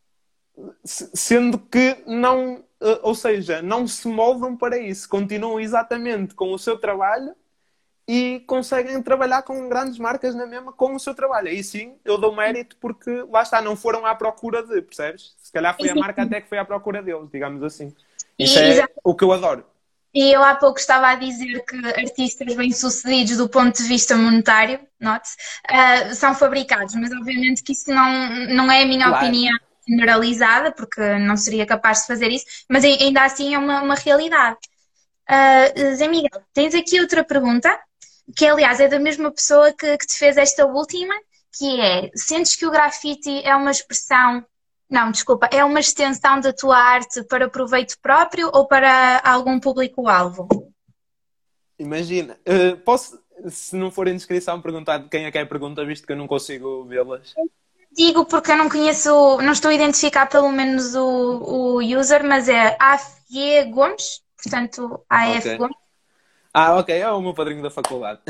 sendo que não, ou seja, não se moldam para isso, continuam exatamente com o seu trabalho e conseguem trabalhar com grandes marcas na mesma com o seu trabalho. Aí sim, eu dou mérito porque, lá está, não foram à procura de, percebes? Se calhar foi a marca até que foi à procura deles, digamos assim. Isso E, é exa- o que eu adoro. e eu há pouco estava a dizer que artistas bem-sucedidos do ponto de vista monetário, note, ah, são fabricados, mas obviamente que isso não, não é a minha Claro. opinião generalizada, porque não seria capaz de fazer isso, mas ai- ainda assim é uma, uma realidade. Ah, Zé Miguel, tens aqui outra pergunta, que aliás é da mesma pessoa que, que te fez esta última, que é, sentes que o grafite é uma expressão, não, desculpa, é uma extensão da tua arte para proveito próprio ou para algum público-alvo? Imagina, eh, posso, se não for indiscrição, perguntar de quem é que é a pergunta, visto que eu não consigo vê-las. Digo porque eu não conheço, não estou a identificar pelo menos o, o user, mas é A F E Gomes, portanto, A F Ok. Gomes. Ah, ok, é o meu padrinho da faculdade.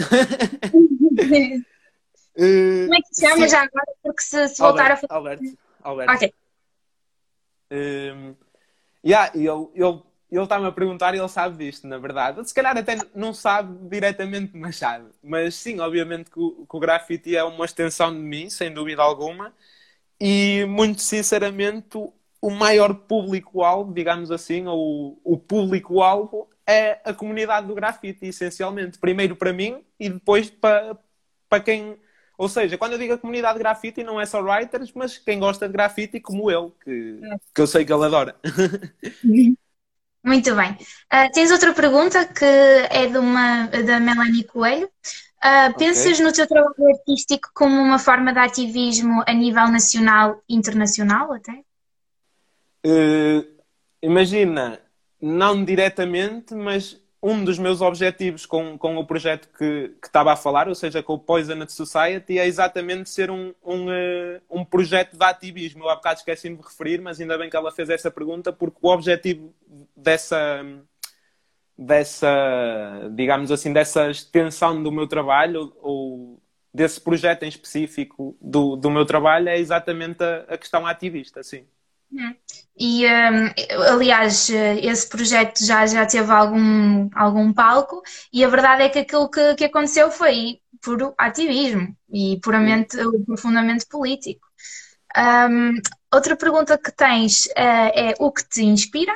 Como Eh, é que se chama sim, já agora? Porque se, se voltar a Alberto, fazer. Alberto, Alberto. Ok. Um, yeah, e ele ele ele está-me a perguntar e ele sabe disto, na verdade. Se calhar até não sabe diretamente, mas sabe. Mas sim, obviamente que o, que o grafite é uma extensão de mim, sem dúvida alguma. E, muito sinceramente, o o maior público-alvo, digamos assim, ou o público-alvo, é a comunidade do grafite, essencialmente. Primeiro para mim e depois para, para quem... Ou seja, quando eu digo a comunidade de grafite, não é só writers, mas quem gosta de grafite como eu, que, que eu sei que ele adora. Muito bem. Ah, tens outra pergunta que é de uma, da Melanie Coelho. Ah, Ok. pensas no teu trabalho artístico como uma forma de ativismo a nível nacional e internacional até? Eh, imagina, não diretamente, mas um dos meus objetivos com, com o projeto que, que estava a falar, ou seja, com o Poisoned Society, é exatamente ser um, um, eh, um projeto de ativismo. Eu há bocado esqueci-me de referir, mas ainda bem que ela fez essa pergunta, porque o objetivo dessa, dessa digamos assim, dessa extensão do meu trabalho, ou desse projeto em específico do, do meu trabalho, é exatamente a, a questão ativista, sim. Hum. E, hum, aliás, esse projeto já, já teve algum, algum palco e a verdade é que aquilo que, que aconteceu foi puro ativismo e Sim. puramente, profundamente político. Hum, outra pergunta que tens, eh, é o que te inspira?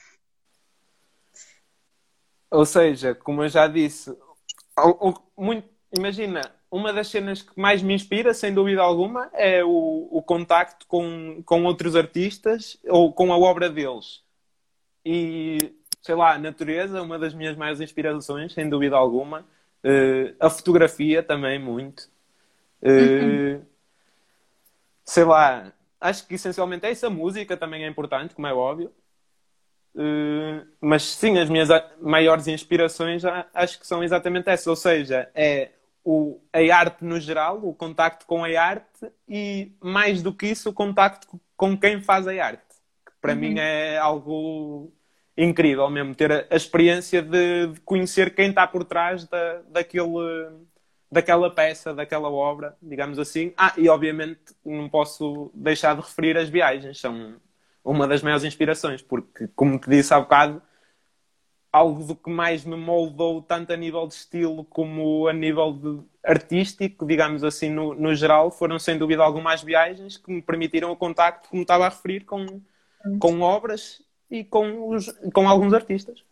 Ou seja, como eu já disse, o- o- muito, imagina, uma das cenas que mais me inspira, sem dúvida alguma, é o, o contacto com, com outros artistas ou com a obra deles. E, sei lá, a natureza, uma das minhas maiores inspirações, sem dúvida alguma. Eh, a fotografia também, muito. Uhum. Eh, sei lá, acho que essencialmente é isso. A música também é importante, como é óbvio. Uh, mas sim, as minhas a- maiores inspirações a- acho que são exatamente essas, ou seja, é o, a arte no geral, o contacto com a arte e mais do que isso, o contacto co- com quem faz a arte, que para mim Uhum. é algo incrível mesmo, ter a, a experiência de, de conhecer quem está por trás da, daquele, daquela peça, daquela obra, digamos assim. Ah, e obviamente não posso deixar de referir as viagens, são uma das maiores inspirações, porque, como te disse há bocado, algo do que mais me moldou, tanto a nível de estilo como a nível de artístico, digamos assim, no, no geral, foram sem dúvida algumas viagens que me permitiram o contacto, como estava a referir, com, com obras e com, os, com alguns artistas.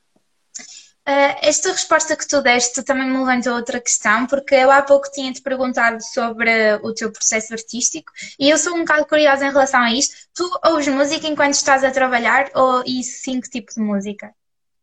Uh, esta resposta que tu deste também me levantou outra questão, porque eu há pouco tinha-te perguntado sobre o teu processo artístico e eu sou um bocado curiosa em relação a isto. Tu ouves música enquanto estás a trabalhar ou e sim que tipo de música?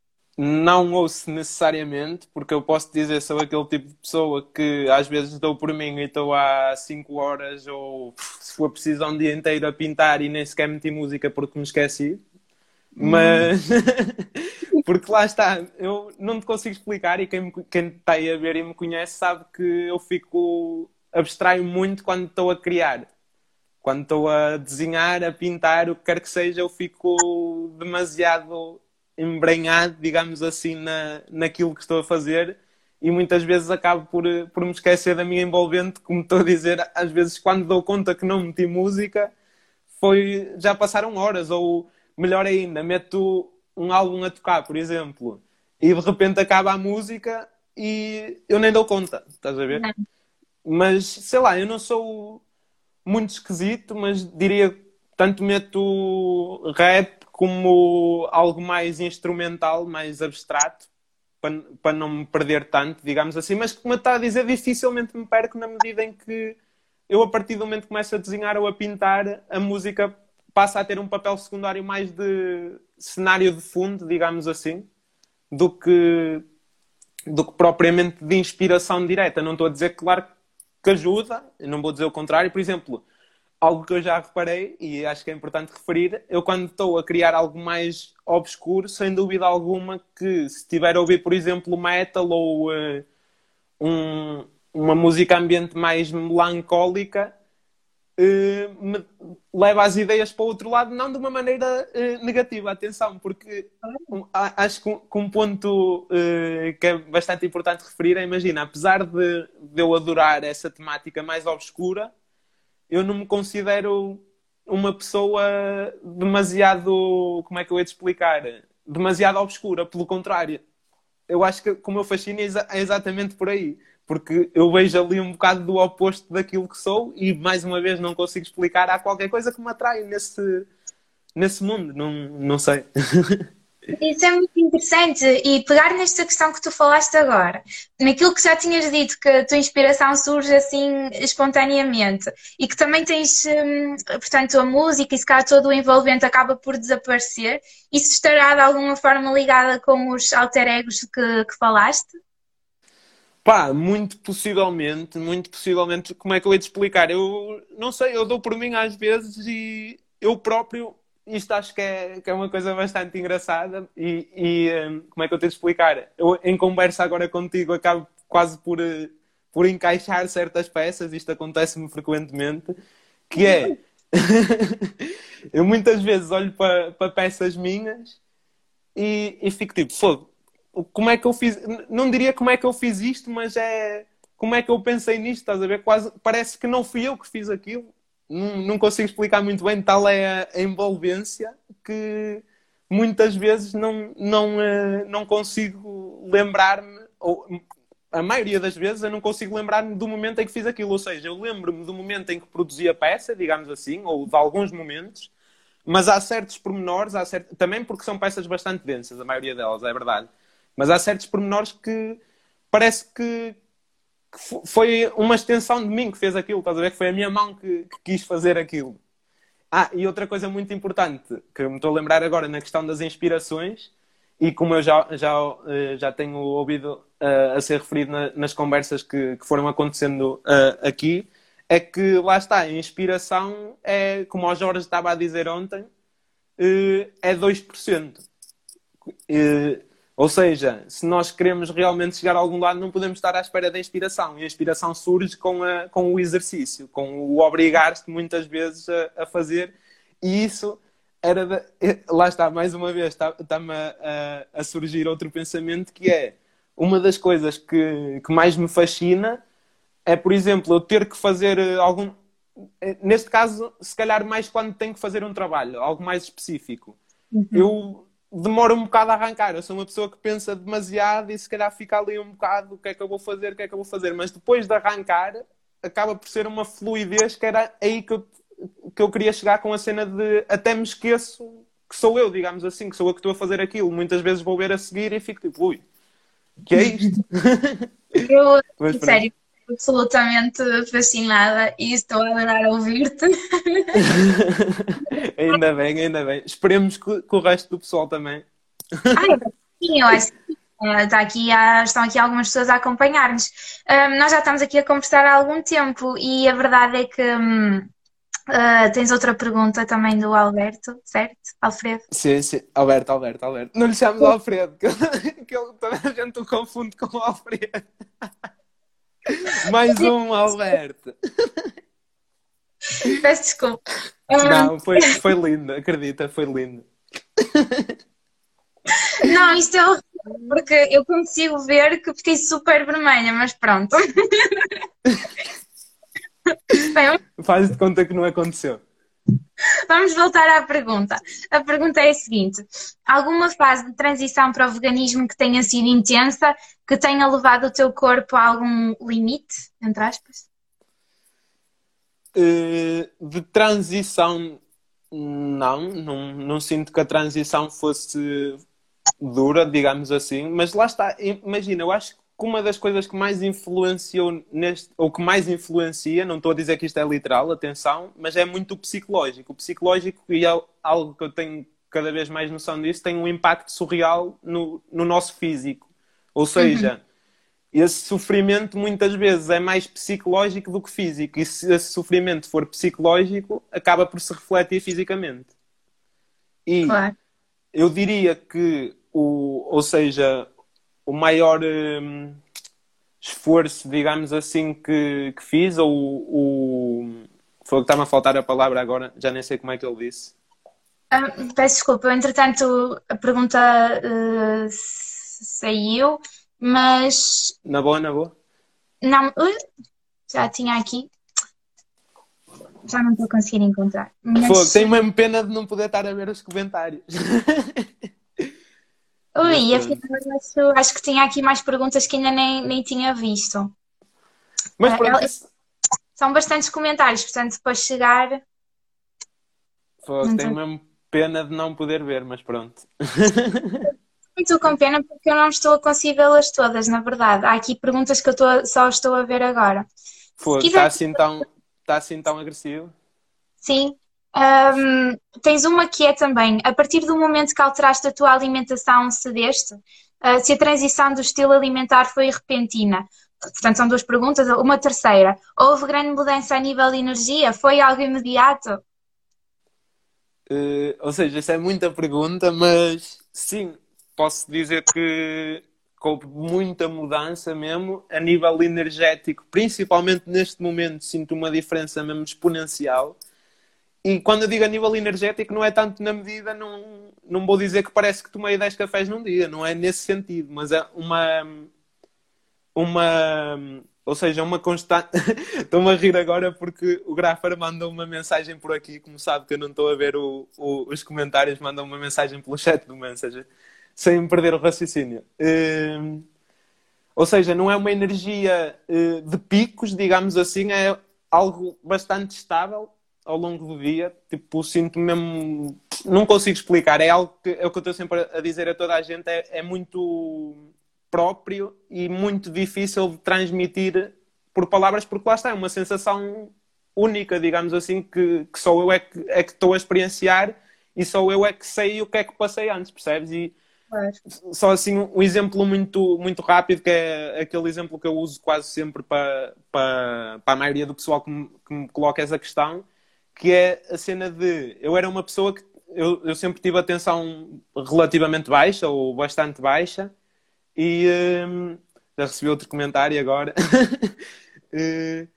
Não ouço necessariamente, porque eu posso dizer sou aquele tipo de pessoa que às vezes dou por mim e estou há cinco horas ou se for preciso um dia inteiro a pintar e nem sequer meti música porque me esqueci. Hum, Mas porque lá está, eu não te consigo explicar e quem, me, quem está aí a ver e me conhece sabe que eu fico abstraio muito quando estou a criar. Quando estou a desenhar, a pintar, o que quer que seja, eu fico demasiado embrenhado, digamos assim, na, naquilo que estou a fazer e muitas vezes acabo por, por me esquecer da minha envolvente, como estou a dizer, às vezes quando dou conta que não meti música, foi, já passaram horas, ou melhor ainda, meto um álbum a tocar, por exemplo, e de repente acaba a música e eu nem dou conta, estás a ver? não. Mas sei lá, eu não sou muito esquisito, mas diria que tanto meto rap como algo mais instrumental, mais abstrato, para, para não me perder tanto, digamos assim. Mas como eu estava a dizer, dificilmente me perco na medida em que eu, a partir do momento que começo a desenhar ou a pintar, a música passa a ter um papel secundário mais de cenário de fundo, digamos assim, do que, do que propriamente de inspiração direta. Não estou a dizer, claro, que ajuda, eu não vou dizer o contrário. Por exemplo, algo que eu já reparei, e acho que é importante referir, eu quando estou a criar algo mais obscuro, sem dúvida alguma que se estiver a ouvir, por exemplo, metal ou uh, um, uma música ambiente mais melancólica, uh, me leva as ideias para o outro lado, não de uma maneira uh, negativa, atenção, porque um, acho que um, que um ponto uh, que é bastante importante referir é, imagina, apesar de, de eu adorar essa temática mais obscura, eu não me considero uma pessoa demasiado, como é que eu ia te explicar? Demasiado obscura, pelo contrário. Eu acho que o meu fascínio é, exa- é exatamente por aí. Porque eu vejo ali um bocado do oposto daquilo que sou e, mais uma vez, não consigo explicar. Há qualquer coisa que me atrai nesse, nesse mundo. Não, não sei. Isso é muito interessante e pegar nesta questão que tu falaste agora, naquilo que já tinhas dito, que a tua inspiração surge assim espontaneamente e que também tens, hum, portanto, a música e se calhar todo o envolvente acaba por desaparecer, isso estará de alguma forma ligada com os alter egos que, que falaste? Pá, muito possivelmente, muito possivelmente, como é que eu ia te explicar? Eu não sei, eu dou por mim às vezes e eu próprio, isto acho que é, que é uma coisa bastante engraçada e, e, hum, como é que eu tenho de explicar? Eu, em conversa agora contigo, acabo quase por, eh, por encaixar certas peças, isto acontece-me frequentemente, que é, eu muitas vezes olho para, para peças minhas e, e fico tipo, fogo, como é que eu fiz? Não diria como é que eu fiz isto, mas é como é que eu pensei nisto, estás a ver? Quase, parece que não fui eu que fiz aquilo. Não, não consigo explicar muito bem, tal é a, a envolvência que muitas vezes não, não, eh, não consigo lembrar-me, ou a maioria das vezes eu não consigo lembrar-me do momento em que fiz aquilo. Ou seja, eu lembro-me do momento em que produzi a peça, digamos assim, ou de alguns momentos, mas há certos pormenores, há certo... também porque são peças bastante densas, a maioria delas, é verdade. Mas há certos pormenores que parece que, que fo- foi uma extensão de mim que fez aquilo, estás a ver? Que foi a minha mão que, que quis fazer aquilo. Ah, e outra coisa muito importante, que me estou a lembrar agora na questão das inspirações, e como eu já, já, eh, já tenho ouvido eh, a ser referido na- nas conversas que, que foram acontecendo eh, aqui, é que lá está, a inspiração é, como o Jorge estava a dizer ontem, eh, é dois por cento. Eh, ou seja, se nós queremos realmente chegar a algum lado, não podemos estar à espera da inspiração. E a inspiração surge com, a, com o exercício, com o obrigar-te muitas vezes a, a fazer. E isso era. Da- eh, lá está, mais uma vez, está- está-me a, a- a surgir outro pensamento que é uma das coisas que, que mais me fascina é, por exemplo, eu ter que fazer eh, algum. eh, Neste caso, se calhar mais quando tenho que fazer um trabalho, algo mais específico Uhum. eu demoro um bocado a arrancar. Eu sou uma pessoa que pensa demasiado e se calhar fica ali um bocado o que é que eu vou fazer, o que é que eu vou fazer. Mas depois de arrancar, acaba por ser uma fluidez que era aí que eu, que eu queria chegar com a cena de até me esqueço que sou eu, digamos assim, que sou eu que estou a fazer aquilo. Muitas vezes vou ver a seguir e fico tipo, ui, que é isto? Eu, Mas pronto. sério, absolutamente fascinada e estou a adorar ouvir-te. Ainda bem, ainda bem. Esperemos que, que o resto do pessoal também. Ai, sim, eu acho que eh, está aqui, há- estão aqui algumas pessoas a acompanhar-nos. Ahm, nós já estamos aqui a conversar há algum tempo e a verdade é que hum, ah, tens outra pergunta também do Alberto, certo, Alfredo? Sim, sim. Alberto, Alberto, Alberto. Não lhe chames Alfredo, que, que ele- toda a gente o confunde com o Alfredo. Mais um Alberto. Peço desculpa. Hum, Não, foi, foi lindo, acredita, foi lindo. não, isto é horrível, porque eu consigo ver que fiquei super vermelha, mas pronto. Bem, Faz de conta que não aconteceu. vamos voltar à pergunta. A pergunta é a seguinte: alguma fase de transição para o veganismo que tenha sido intensa, que tenha levado o teu corpo a algum limite, entre aspas? Eh, de transição, não, não, não sinto que a transição fosse dura, digamos assim, mas lá está, imagina, eu acho que uma das coisas que mais influenciou neste, ou que mais influencia, não estou a dizer que isto é literal, atenção, mas é muito o psicológico. O psicológico, e é algo que eu tenho cada vez mais noção disso, tem um impacto surreal no, no nosso físico. Ou Uhum. seja, esse sofrimento muitas vezes é mais psicológico do que físico. E se esse sofrimento for psicológico, acaba por se refletir fisicamente. E Claro. eu diria que, o, ou seja, o maior hum, esforço, digamos assim, que, que fiz, ou o. Foi o que está-me a faltar a palavra agora, já nem sei como é que ele disse. Ah, peço desculpa, eu, entretanto, a pergunta eh, saiu, mas Na boa, na boa. não, ui, já tinha aqui, já não estou a conseguir encontrar. Fogo, Mas, tenho mesmo pena de não poder estar a ver os comentários. Mas ui, pronto. afinal, acho, acho que tinha aqui mais perguntas que ainda nem, nem tinha visto. Mas Ah, pronto, ela- isso. são bastantes comentários, portanto, depois chegar, Fogo, não tenho estou mesmo pena de não poder ver, mas pronto. muito com pena porque eu não estou a conseguir vê-las todas, na verdade. Há aqui perguntas que eu estou a- só estou a ver agora. Se Fogo, está quiser, assim tão, está assim tão agressivo. sim. Ahm, tens uma que é também, a partir do momento que alteraste a tua alimentação, cedeste? Ah, se a transição do estilo alimentar foi repentina? Portanto, são duas perguntas. Uma terceira, houve grande mudança a nível de energia? Foi algo imediato? Eh, ou seja, isso é muita pergunta, mas sim, posso dizer que, que houve muita mudança mesmo a nível energético, principalmente neste momento sinto uma diferença mesmo exponencial. E quando eu digo a nível energético, não é tanto na medida, não, não vou dizer que parece que tomei dez cafés num dia, não é nesse sentido, mas é uma, uma, ou seja, uma constante. Estou-me a rir agora porque o Grafar mandou uma mensagem por aqui, como sabe que eu não estou a ver o, o- os comentários, mandou uma mensagem pelo chat do Messenger, sem perder o raciocínio. Hum, ou seja, não é uma energia eh, de picos, digamos assim, é algo bastante estável ao longo do dia. Tipo, sinto mesmo. Não consigo explicar. É algo que é o que eu estou sempre a dizer a toda a gente. É, é muito próprio e muito difícil de transmitir por palavras, porque lá está, é uma sensação única, digamos assim, que, que só eu é que, é que estou a experienciar e só eu é que sei o que é que passei antes, percebes? E só assim um exemplo muito, muito rápido, que é aquele exemplo que eu uso quase sempre para, para, para a maioria do pessoal que me, que me coloca essa questão, que é a cena de eu era uma pessoa que eu, eu sempre tive atenção relativamente baixa ou bastante baixa e hum, já recebi outro comentário agora. Eh,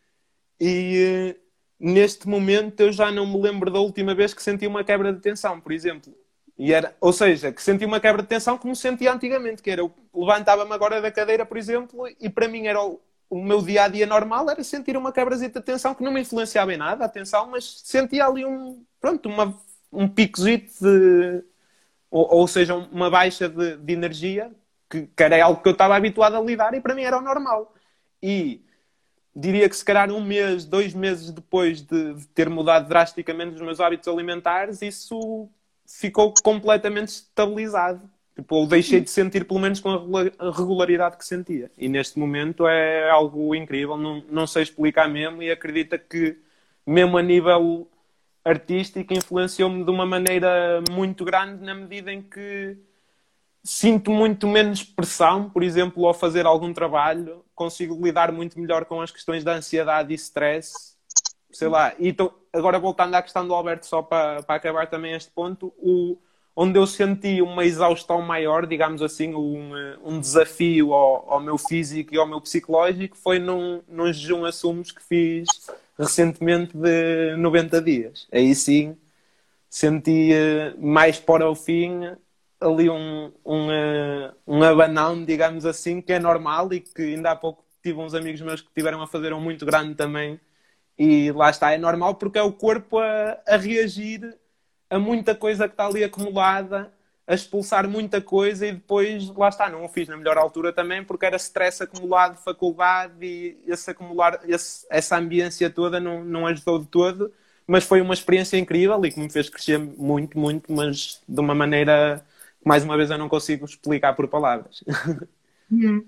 e eh, neste momento eu já não me lembro da última vez que senti uma quebra de tensão, por exemplo. E era, ou seja, que senti uma quebra de tensão como sentia antigamente, que era eu levantava-me agora da cadeira, por exemplo, e para mim era o, o meu dia a dia normal, era sentir uma quebrazita de tensão que não me influenciava em nada, a tensão, mas sentia ali um, pronto, uma, um picozito de, ou, ou seja, uma baixa de, de energia, que, que era algo que eu estava habituado a lidar e para mim era o normal. E diria que se calhar um mês, dois meses depois de, de ter mudado drasticamente os meus hábitos alimentares, isso ficou completamente estabilizado. Tipo, eu deixei de sentir pelo menos com a regularidade que sentia. E neste momento é algo incrível, não, não sei explicar mesmo e acredita que mesmo a nível artístico influenciou-me de uma maneira muito grande na medida em que sinto muito menos pressão, por exemplo, ao fazer algum trabalho, consigo lidar muito melhor com as questões da ansiedade e stress, sei lá. E tô, agora voltando à questão do Alberto, só para, para acabar também este ponto, o, onde eu senti uma exaustão maior, digamos assim, um, um desafio ao, ao meu físico e ao meu psicológico, foi num, num jejum a sumos que fiz recentemente de noventa dias. Aí sim, senti eh, mais para o fim ali um, um, uh, um abanão, digamos assim, que é normal e que ainda há pouco tive uns amigos meus que tiveram a fazer um muito grande também e lá está, é normal porque é o corpo a, a reagir a muita coisa que está ali acumulada, a expulsar muita coisa e depois, lá está, não o fiz na melhor altura também porque era stress acumulado de faculdade e esse acumular, esse, essa ambiência toda não, não ajudou de todo, mas foi uma experiência incrível e que me fez crescer muito, muito, mas de uma maneira mais uma vez eu não consigo explicar por palavras. Hum.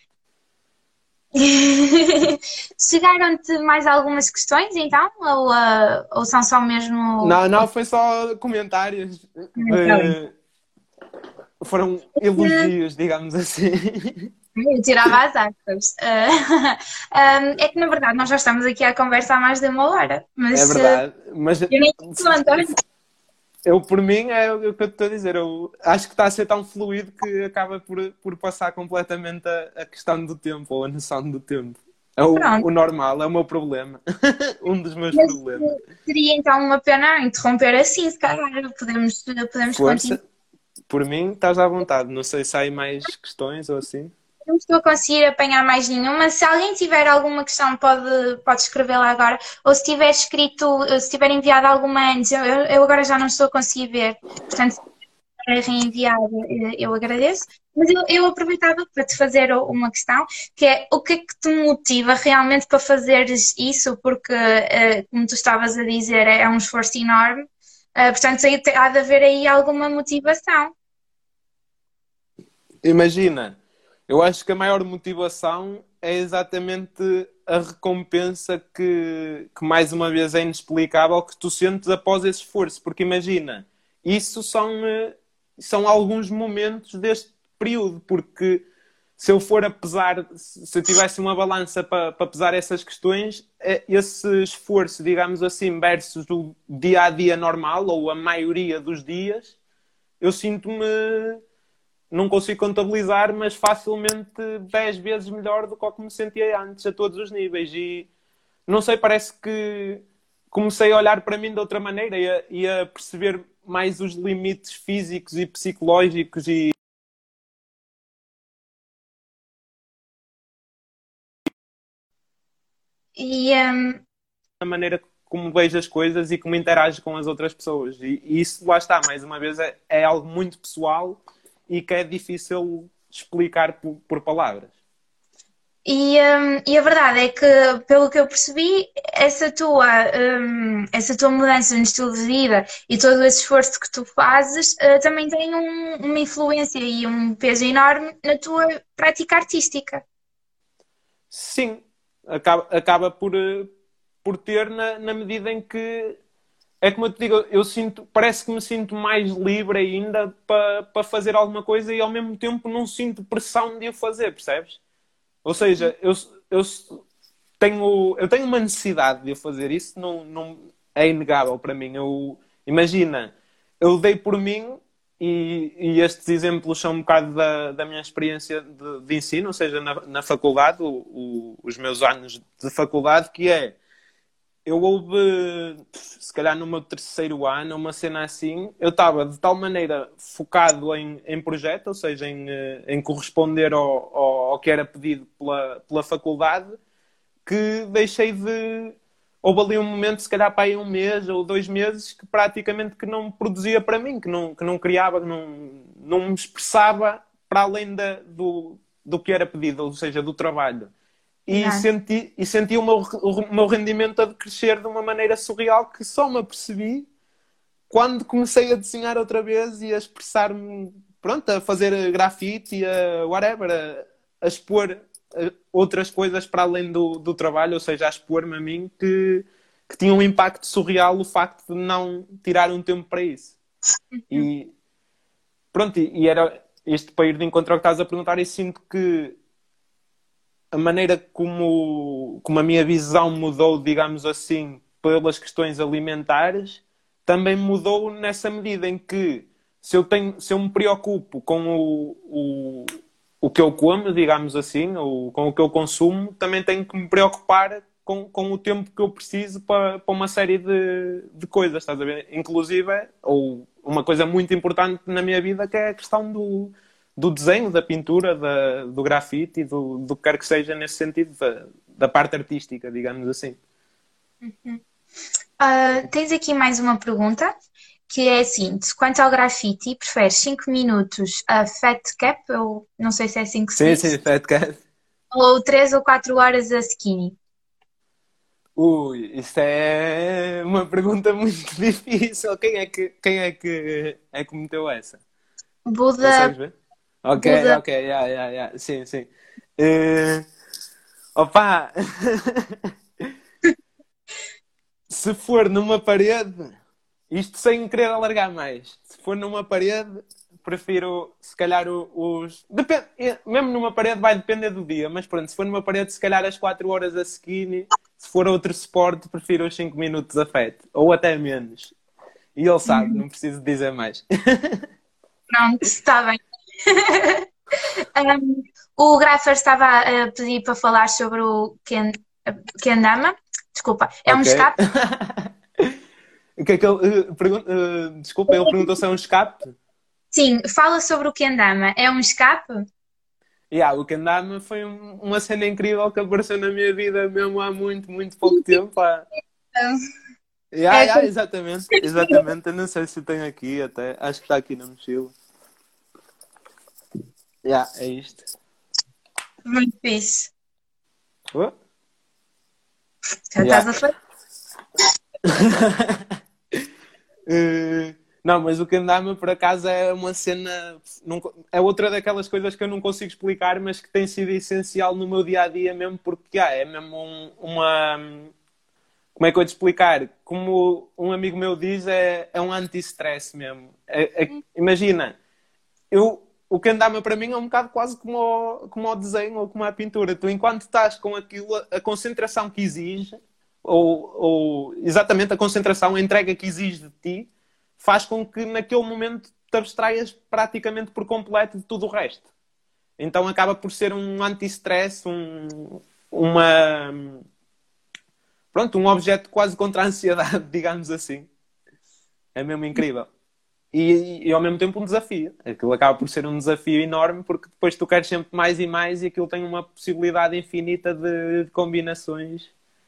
Chegaram-te mais algumas questões, então? Ou, ah, ou são só mesmo. Não, não, foi só comentários Está bem. de... foram elogios, digamos assim. Eu tirava as aspas. Ah, ah, é que, na verdade, nós já estamos aqui à conversa há mais de uma hora, É mas ah, verdade, mas eu nem te conto. eu, por mim, é o que eu te estou a dizer. Eu acho que está a ser tão fluido que acaba por, por passar completamente a, a questão do tempo, ou a noção do tempo. É o, Pronto, o normal, é o meu problema. Um dos meus mas problemas. ah, seria então uma pena interromper assim, se calhar. Podemos, podemos continuar. Força, por mim, estás à vontade. Não sei se há aí mais questões ou assim. Não estou a conseguir apanhar mais nenhuma. Se alguém tiver alguma questão, pode, pode escrevê-la agora. Ou se tiver escrito, se tiver enviado alguma antes, eu, eu agora já não estou a conseguir ver. Portanto, se para reenviar, eh, eu agradeço. Mas eu, eu aproveitava para te fazer uma questão, que é o que é que te motiva realmente para fazeres isso? Porque, eh, como tu estavas a dizer, é um esforço enorme. Eh, portanto, aí te- há de haver aí alguma motivação. Imagina, eu acho que a maior motivação é exatamente a recompensa que, que mais uma vez é inexplicável que tu sentes após esse esforço. Porque imagina, isso são, eh, são alguns momentos deste período, porque se eu for a pesar, se eu tivesse uma balança para, para pesar essas questões, eh, esse esforço, digamos assim, versus o dia a dia normal, ou a maioria dos dias, eu sinto-me, não consigo contabilizar, mas facilmente dez vezes melhor do que o que me sentia antes, a todos os níveis. E não sei, parece que comecei a olhar para mim de outra maneira e a, e a perceber mais os limites físicos e psicológicos e E, hum, a maneira como vejo as coisas e como interajo com as outras pessoas. E, e isso, lá está, mais uma vez, é, é algo muito pessoal e que é difícil explicar por, por palavras. E, hum, e a verdade é que, pelo que eu percebi, essa tua, hum, essa tua mudança no estilo de vida e todo esse esforço que tu fazes, eh, também tem um- uma influência e um peso enorme na tua prática artística. Sim, acaba, acaba por, eh, por ter na, na medida em que é como eu te digo, eu sinto, parece que me sinto mais livre ainda para para fazer alguma coisa e ao mesmo tempo não sinto pressão de o fazer, percebes? Ou seja, eu, eu tenho, eu tenho uma necessidade de o fazer, isso não, não é inegável para mim. Eu, imagina, eu dei por mim e, e estes exemplos são um bocado da, da minha experiência de, de ensino, ou seja, na, na faculdade, o, o, os meus anos de faculdade, que é eu houve, se calhar no meu terceiro ano, uma cena assim, eu estava de tal maneira focado em, em projeto, ou seja, em, eh, em corresponder ao, ao, ao que era pedido pela, pela faculdade, que deixei de... Houve ali um momento, se calhar para aí um mês ou dois meses, que praticamente que não produzia para mim, que não, que não criava, que não, não me expressava para além da, do, do que era pedido, ou seja, do trabalho e Exato. senti, e senti o meu, o meu rendimento a decrescer de uma maneira surreal que só me apercebi quando comecei a desenhar outra vez e a expressar-me, pronto, a fazer grafite, a whatever, a, a expor a, outras coisas para além do, do trabalho, ou seja, a expor-me a mim que, que tinha um impacto surreal o facto de não tirar um tempo para isso. E pronto, e, e era este para ir de encontro ao que estás a perguntar e sinto que a maneira como, como a minha visão mudou, digamos assim, pelas questões alimentares, também mudou nessa medida em que se eu, tenho, se eu me preocupo com o, o, o que eu como, digamos assim, ou com o que eu consumo, também tenho que me preocupar com, com o tempo que eu preciso para, para uma série de, de coisas, estás a ver? Inclusive, ou uma coisa muito importante na minha vida que é a questão do, do desenho, da pintura, da, do grafite, do, do que quer que seja nesse sentido, da, da parte artística, digamos assim. Ah, tens aqui mais uma pergunta, que é a seguinte: quanto ao grafite, preferes cinco minutos a fat cap, ou não sei se é assim que se Sim, sim, diz, Fat Cat. ou três ou quatro horas a skinny? Ui, isto é uma pergunta muito difícil. Quem é que, quem é que, é que meteu essa? Buda, Consegues ver? Ok, Buda. ok, yeah, yeah, yeah. Sim, sim. Eh, opa! Se for numa parede, isto sem querer alargar mais, se for numa parede, prefiro, se calhar, o- os... Depende, eh, mesmo numa parede vai depender do dia, mas pronto, se for numa parede, se calhar as quatro horas a seguir, se for outro suporte, prefiro os cinco minutos a F E T, ou até menos. E ele sabe, não preciso dizer mais. Pronto, está bem. Um, o Grafer estava a pedir para falar sobre o Ken, Kendama. Desculpa, é um Ok? escape? O que é que ele... eh, pergun- eh, desculpa, ele perguntou se é um escape. Sim, fala sobre o Kendama. É um escape? Yeah, o Kendama foi um- uma cena incrível que apareceu na minha vida mesmo há muito, muito pouco tempo. Há... Yeah, É yeah, exatamente, exatamente. Eu não sei se tenho aqui até. Acho que está aqui na mochila. Yeah, é isto. muito fixe. Oh, Já yeah. estás a fazer? Eh, não, mas o Kendama por acaso é uma cena. não co- é outra daquelas coisas que eu não consigo explicar, mas que tem sido essencial no meu dia a dia mesmo, porque yeah, é mesmo um- uma. Como é que eu vou te explicar? Como um amigo meu diz, é, é um anti-stress mesmo. É- é- imagina, eu, o Kendama para mim é um bocado quase como o, como o desenho ou como a pintura. Tu, enquanto estás com aquilo, a, a concentração que exige, ou, ou exatamente a concentração, a entrega que exige de ti, faz com que naquele momento te abstraias praticamente por completo de tudo o resto. Então acaba por ser um anti-stress, um, uma, pronto, um objeto quase contra a ansiedade, digamos assim. É mesmo incrível. E, e ao mesmo tempo um desafio. Aquilo acaba por ser um desafio enorme porque depois tu queres sempre mais e mais e aquilo tem uma possibilidade infinita de, de combinações.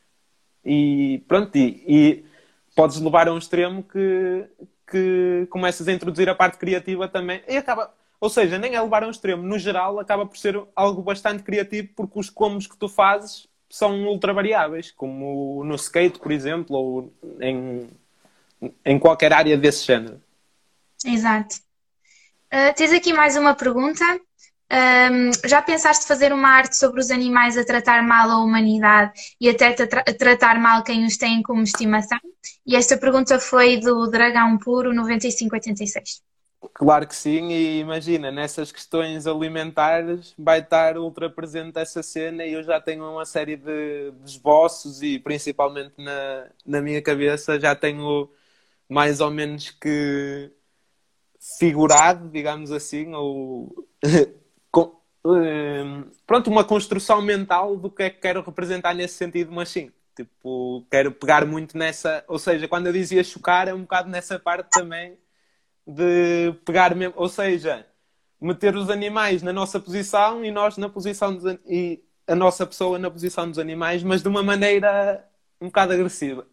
E pronto, e, e podes levar a um extremo que, que começas a introduzir a parte criativa também. E acaba, ou seja, nem é levar a um extremo. No geral, acaba por ser algo bastante criativo porque os combos que tu fazes são ultra variáveis, como no skate, por exemplo, ou em, em qualquer área desse género. Exato. Uh, tens aqui mais uma pergunta. Um, já pensaste fazer uma arte sobre os animais a tratar mal a humanidade e até a, tra- a tratar mal quem os tem como estimação? E esta pergunta foi do Dragão Puro noventa e cinco oitenta e seis. Claro que sim, e imagina, nessas questões alimentares vai estar ultra presente essa cena e eu já tenho uma série de, de esboços e principalmente na, na minha cabeça já tenho mais ou menos que figurado, digamos assim, ou com- hum, pronto, uma construção mental do que é que quero representar nesse sentido, mas sim, tipo, quero pegar muito nessa, ou seja, quando eu dizia chocar é um bocado nessa parte também de pegar mesmo, ou seja, meter os animais na nossa posição e nós na posição dos, an- e a nossa pessoa na posição dos animais, mas de uma maneira um bocado agressiva.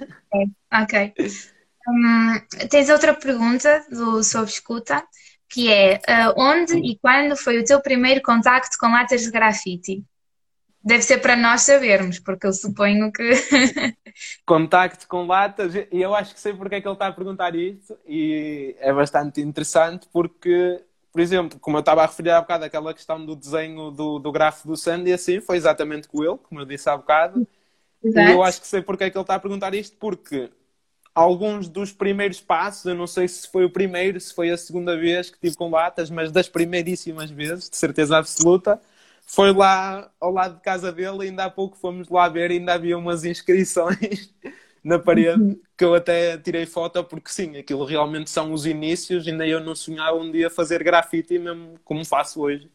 Ok. Hum, tens outra pergunta do Sob Escuta, que é ah, onde e quando foi o teu primeiro contacto com latas de grafite? Deve ser para nós sabermos, porque eu suponho que. Contacto com latas, e eu acho que sei porque é que ele está a perguntar isto, e é bastante interessante porque, por exemplo, como eu estava a referir há bocado, aquela questão do desenho do, do grafo do Sandy, assim, foi exatamente com ele, como eu disse há bocado, e eu Exato. acho que sei porque é que ele está a perguntar isto, porque alguns dos primeiros passos, eu não sei se foi o primeiro, se foi a segunda vez que tive com latas, mas das primeiríssimas vezes, de certeza absoluta, foi lá ao lado de casa dele, ainda há pouco fomos lá ver, ainda havia umas inscrições na parede que eu até tirei foto, porque sim, aquilo realmente são os inícios, ainda eu não sonhava um dia fazer grafite mesmo como faço hoje.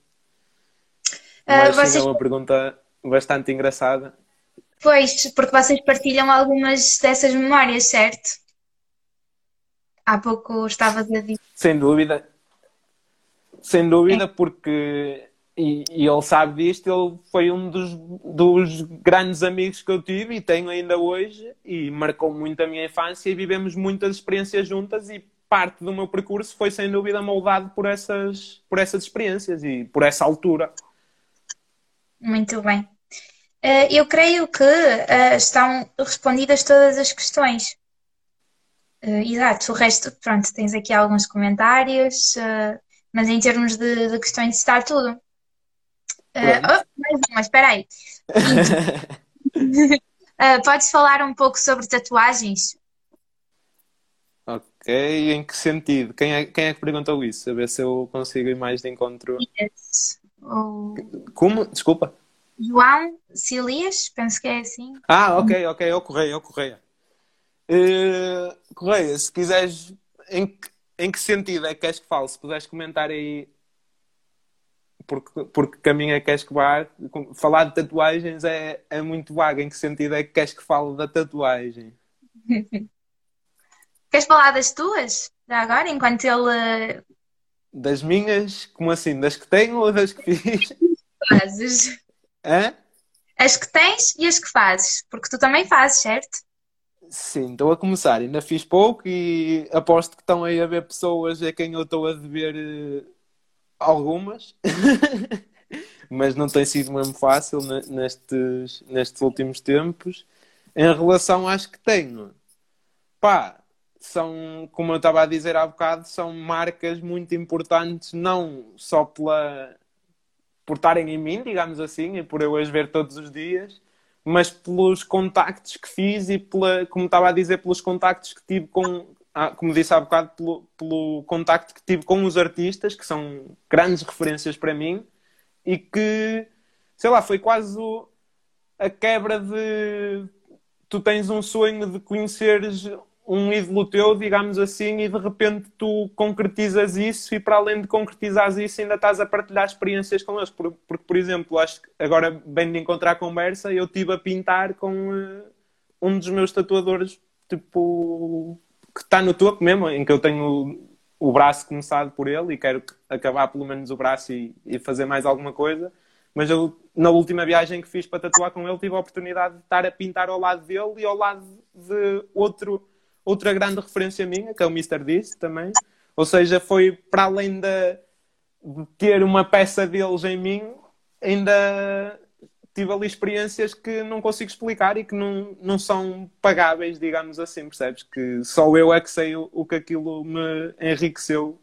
Ah, Mas sim, é vocês, uma pergunta bastante engraçada. pois, porque vocês partilham algumas dessas memórias, certo? Há pouco estavas a dizer. Sem dúvida, sem dúvida, porque, e, e ele sabe disto, ele foi um dos, dos grandes amigos que eu tive e tenho ainda hoje, e marcou muito a minha infância e vivemos muitas experiências juntas e parte do meu percurso foi sem dúvida moldado por essas, por essas experiências e por essa altura. Muito bem. Ah, eu creio que ah, estão respondidas todas as questões. Ah, exato, o resto, pronto, tens aqui alguns comentários, ah, mas em termos de, de questões está tudo. Ah, Pronto. oh, mais uma, espera aí. Pinto. Ah, podes falar um pouco sobre tatuagens? Ok. Ok, em que sentido? Quem é, quem é que perguntou isso? A ver se eu consigo ir mais de encontro. Yes. O Como? Desculpa. João Silias, penso que é assim. Ah, ok, ok, é o Correia, é o Correia. Eh, Correia, se quiseres, em que, em que sentido é que queres que fale? Se puderes comentar aí, porque, porque caminho é que queres que vá. Falar de tatuagens é, é muito vago. Em que sentido é que queres que fale da tatuagem? Queres falar das tuas? Já agora, enquanto ele Das minhas, como assim? Das que tenho ou das que fiz? fazes. Hã? As que tens e as que fazes. Porque tu também fazes, certo? Sim, estou a começar. Ainda fiz pouco e aposto que estão aí a ver pessoas a quem eu estou a dever eh, algumas. Mas não tem sido mesmo fácil ne- nestes, nestes últimos tempos. Em relação às que tenho, pá, são, como eu estava a dizer há bocado, são marcas muito importantes, não só pela, por estarem em mim, digamos assim, e por eu as ver todos os dias, mas pelos contactos que fiz e, pela, como estava a dizer, pelos contactos que tive com, ah, como disse há bocado, pelo, pelo contacto que tive com os artistas, que são grandes referências para mim, e que, sei lá, foi quase o- a quebra de... Tu tens um sonho de conheceres um ídolo teu, digamos assim, e de repente tu concretizas isso e para além de concretizares isso ainda estás a partilhar experiências com eles. Por- Porque, por exemplo, acho que agora bem de encontrar a conversa, eu estive a pintar com eh, um dos meus tatuadores, tipo, que está no topo mesmo, em que eu tenho o braço começado por ele e quero acabar pelo menos o braço e, e fazer mais alguma coisa. Mas eu, na última viagem que fiz para tatuar com ele, tive a oportunidade de estar a pintar ao lado dele e ao lado de outro, outra grande referência minha, que é o mister Dist também. Ou seja, foi para além de, de ter uma peça deles em mim, ainda tive ali experiências que não consigo explicar e que não, não são pagáveis, digamos assim, percebes? Que só eu é que sei o, o que aquilo me enriqueceu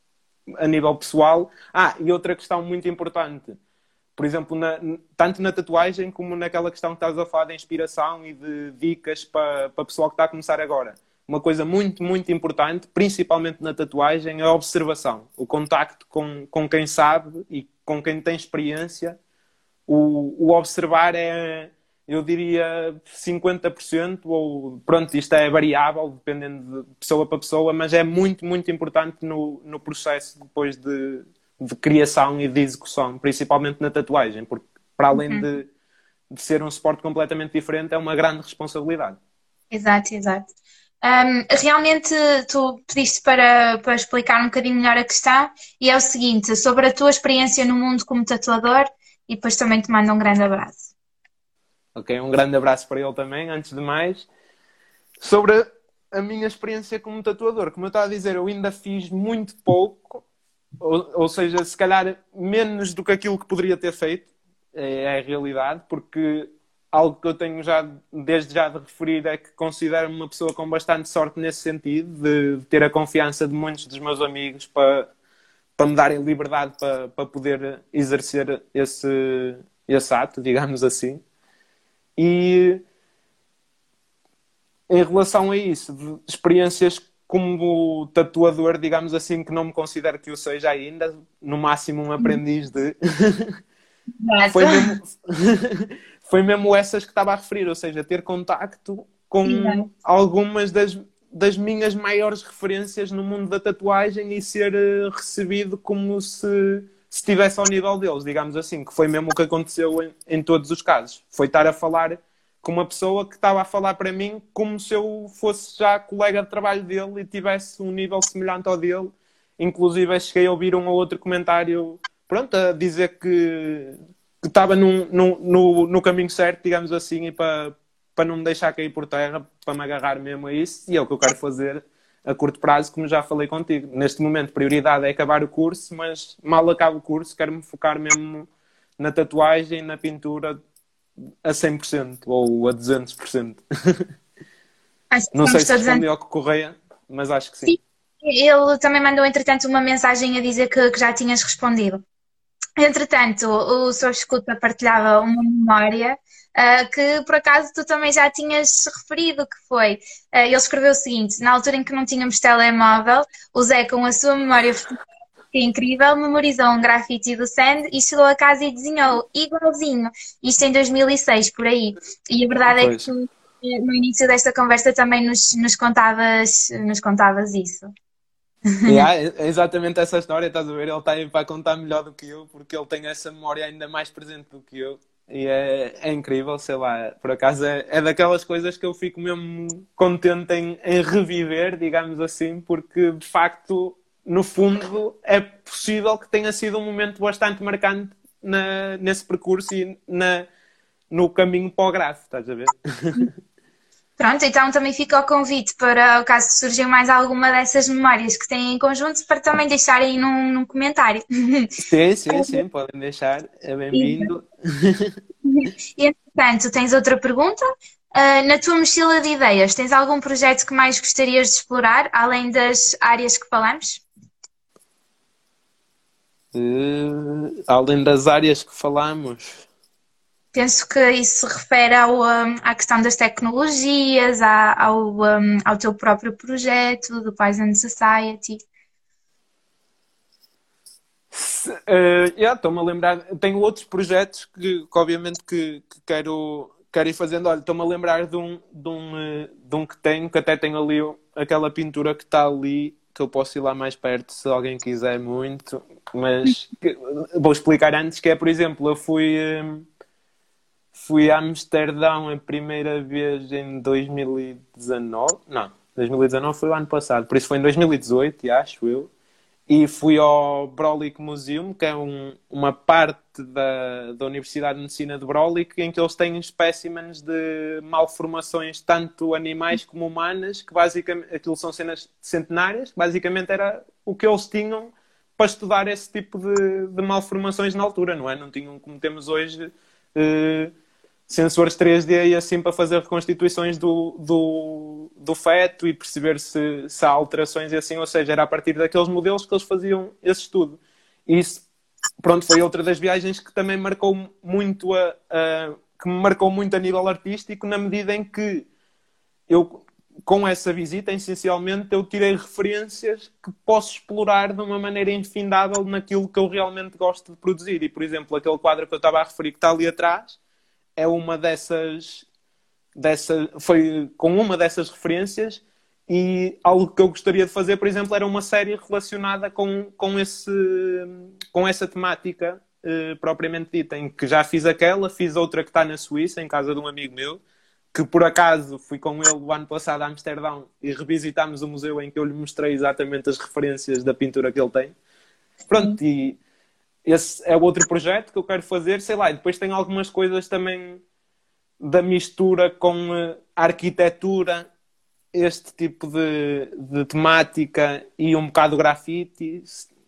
a nível pessoal. Ah, e outra questão muito importante. Por exemplo, na, tanto na tatuagem como naquela questão que estás a falar de inspiração e de dicas para, para o pessoal que está a começar agora. Uma coisa muito, muito importante, principalmente na tatuagem, é a observação. O contacto com, com quem sabe e com quem tem experiência. O, o observar é, eu diria, cinquenta por cento, ou pronto, isto é variável, dependendo de pessoa para pessoa, mas é muito, muito importante no, no processo depois de, de criação e de execução, principalmente na tatuagem, porque para além Uhum. de, de ser um suporte completamente diferente, é uma grande responsabilidade. Exato, exato. Um, realmente tu pediste para, para explicar um bocadinho melhor a questão e é o seguinte, sobre a tua experiência no mundo como tatuador e depois também te mando um grande abraço. Ok, um grande abraço para ele também, antes de mais. Sobre a minha experiência como tatuador, como eu estava a dizer, eu ainda fiz muito pouco, ou, ou seja, se calhar menos do que aquilo que poderia ter feito, é, é a realidade, porque algo que eu tenho já, desde já de referir, é que considero-me uma pessoa com bastante sorte nesse sentido, de, de ter a confiança de muitos dos meus amigos para, para me darem liberdade para, para poder exercer esse, esse ato, digamos assim. E em relação a isso, de experiências como tatuador, digamos assim, que não me considero que eu seja ainda, no máximo um aprendiz de... Exato. foi mesmo... foi mesmo essas que estava a referir, ou seja, ter contacto com Exato. algumas das, das minhas maiores referências no mundo da tatuagem e ser uh, recebido como se, se estivesse ao nível deles, digamos assim, que foi mesmo o que aconteceu em, em todos os casos. Foi estar a falar com uma pessoa que estava a falar para mim como se eu fosse já colega de trabalho dele e tivesse um nível semelhante ao dele. Inclusive, cheguei a ouvir um ou outro comentário, pronto, a dizer que, que estava num, num, no, no caminho certo, digamos assim, e para, para não me deixar cair por terra, para me agarrar mesmo a isso. E é o que eu quero fazer a curto prazo, como já falei contigo. Neste momento, prioridade é acabar o curso, mas mal acabo o curso, quero-me focar mesmo na tatuagem, na pintura, a cem por cento ou a duzentos por cento. Acho que Não sei estamos se todos respondi ao que Correia, mas acho que sim. Sim. Ele também mandou, entretanto, uma mensagem a dizer que, que já tinhas respondido. Entretanto, o senhor Escuta partilhava uma memória, ah, que por acaso tu também já tinhas referido, que foi, ah, ele escreveu o seguinte: na altura em que não tínhamos telemóvel, o Zé, com a sua memória fotográfica incrível, memorizou um grafite do Sand e chegou a casa e desenhou igualzinho. Isto em dois mil e seis, por aí. E a verdade é que Pois. tu, eh, no início desta conversa, também nos, nos contavas, nos contavas isso. E há- é é exatamente essa história, estás a ver? Ele está aí para contar melhor do que eu, porque ele tem essa memória ainda mais presente do que eu. E é, é incrível, sei lá, por acaso é, é daquelas coisas que eu fico mesmo contente em, em reviver, digamos assim, porque de facto, no fundo, é possível que tenha sido um momento bastante marcante na, nesse percurso e na, no caminho para o grafo, estás a ver? Pronto, então também fica o convite para o caso surgir mais alguma dessas memórias que têm em conjunto, para também deixar aí num, num comentário. Sim, sim, sim, podem deixar, é bem-vindo. E, entretanto, tens outra pergunta? Ah, na tua mochila de ideias, tens algum projeto que mais gostarias de explorar, além das áreas que falamos? Eh, além das áreas que falamos. Penso que isso se refere ao, hum, à questão das tecnologias, à- ao, hum, ao teu próprio projeto, do Poison Society. Se- eh, yeah, estou-me a lembrar, tenho outros projetos que, que obviamente que, que quero, quero ir fazendo. Olha, estou-me a lembrar de um, de, um, eh, de um que tenho, que até tenho ali o- aquela pintura que está ali, que eu posso ir lá mais perto se alguém quiser muito, mas que- vou explicar antes, que é, por exemplo, eu fui, eh, fui a Amsterdão a primeira vez em dois mil e dezanove, não, dois mil e dezanove foi o ano passado, por isso foi em dois mil e dezoito, acho eu. E fui ao Brolic Museum, que é um- uma parte da, da Universidade de Medicina de Brolic, em que eles têm espécimens de malformações, tanto animais como humanas, que basicamente, aquilo são cenas centenárias, que basicamente era o que eles tinham para estudar esse tipo de, de malformações na altura, não é? Não tinham, como temos hoje, eh, sensores três D e assim para fazer reconstituições do, do, do feto e perceber se, se há alterações e assim, ou seja, era a partir daqueles modelos que eles faziam esse estudo. E isso, pronto, foi outra das viagens que também marcou muito a, a- que me marcou muito a nível artístico, na medida em que eu, com essa visita, essencialmente, eu tirei referências que posso explorar de uma maneira infindável naquilo que eu realmente gosto de produzir. E, por exemplo, aquele quadro que eu estava a referir que está ali atrás, é uma dessas, dessa, foi com uma dessas referências, e algo que eu gostaria de fazer, por exemplo, era uma série relacionada com, com, esse, com essa temática eh, propriamente dita, em que já fiz aquela, fiz outra que está na Suíça, em casa de um amigo meu, que por acaso fui com ele o ano passado a Amsterdão e revisitámos o museu em que eu lhe mostrei exatamente as referências da pintura que ele tem. Sim. Pronto, e esse é outro projeto que eu quero fazer, sei lá, e depois tem algumas coisas também da mistura com eh, a arquitetura, este tipo de, de temática e um bocado grafite,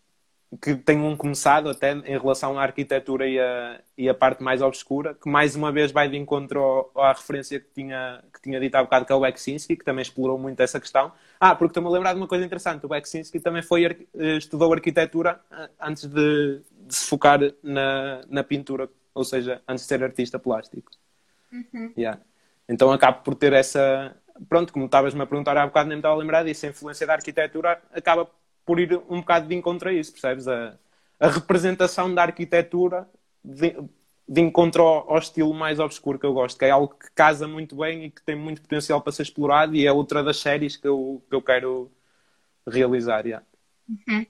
que tem um começado até em relação à arquitetura e a, e a parte mais obscura, que mais uma vez vai de encontro ao- à referência que tinha, que tinha dito há bocado, que é o Beksinski, que também explorou muito essa questão. Ah, porque estou-me a lembrar de uma coisa interessante, o Beksinski também foi, arqui- eh, estudou arquitetura ah, antes de, de se focar na, na pintura, ou seja, antes de ser artista plástico. Uhum. Yeah. Então acabo por ter essa. Pronto, como estavas-me a perguntar há bocado, nem me estava a lembrar disso. A influência da arquitetura acaba por ir um bocado de encontro a isso, percebes? A, a representação da arquitetura de, de encontro ao, ao estilo mais obscuro que eu gosto, que é algo que casa muito bem e que tem muito potencial para ser explorado, e é outra das séries que eu, que eu quero realizar. Yeah. Uhum.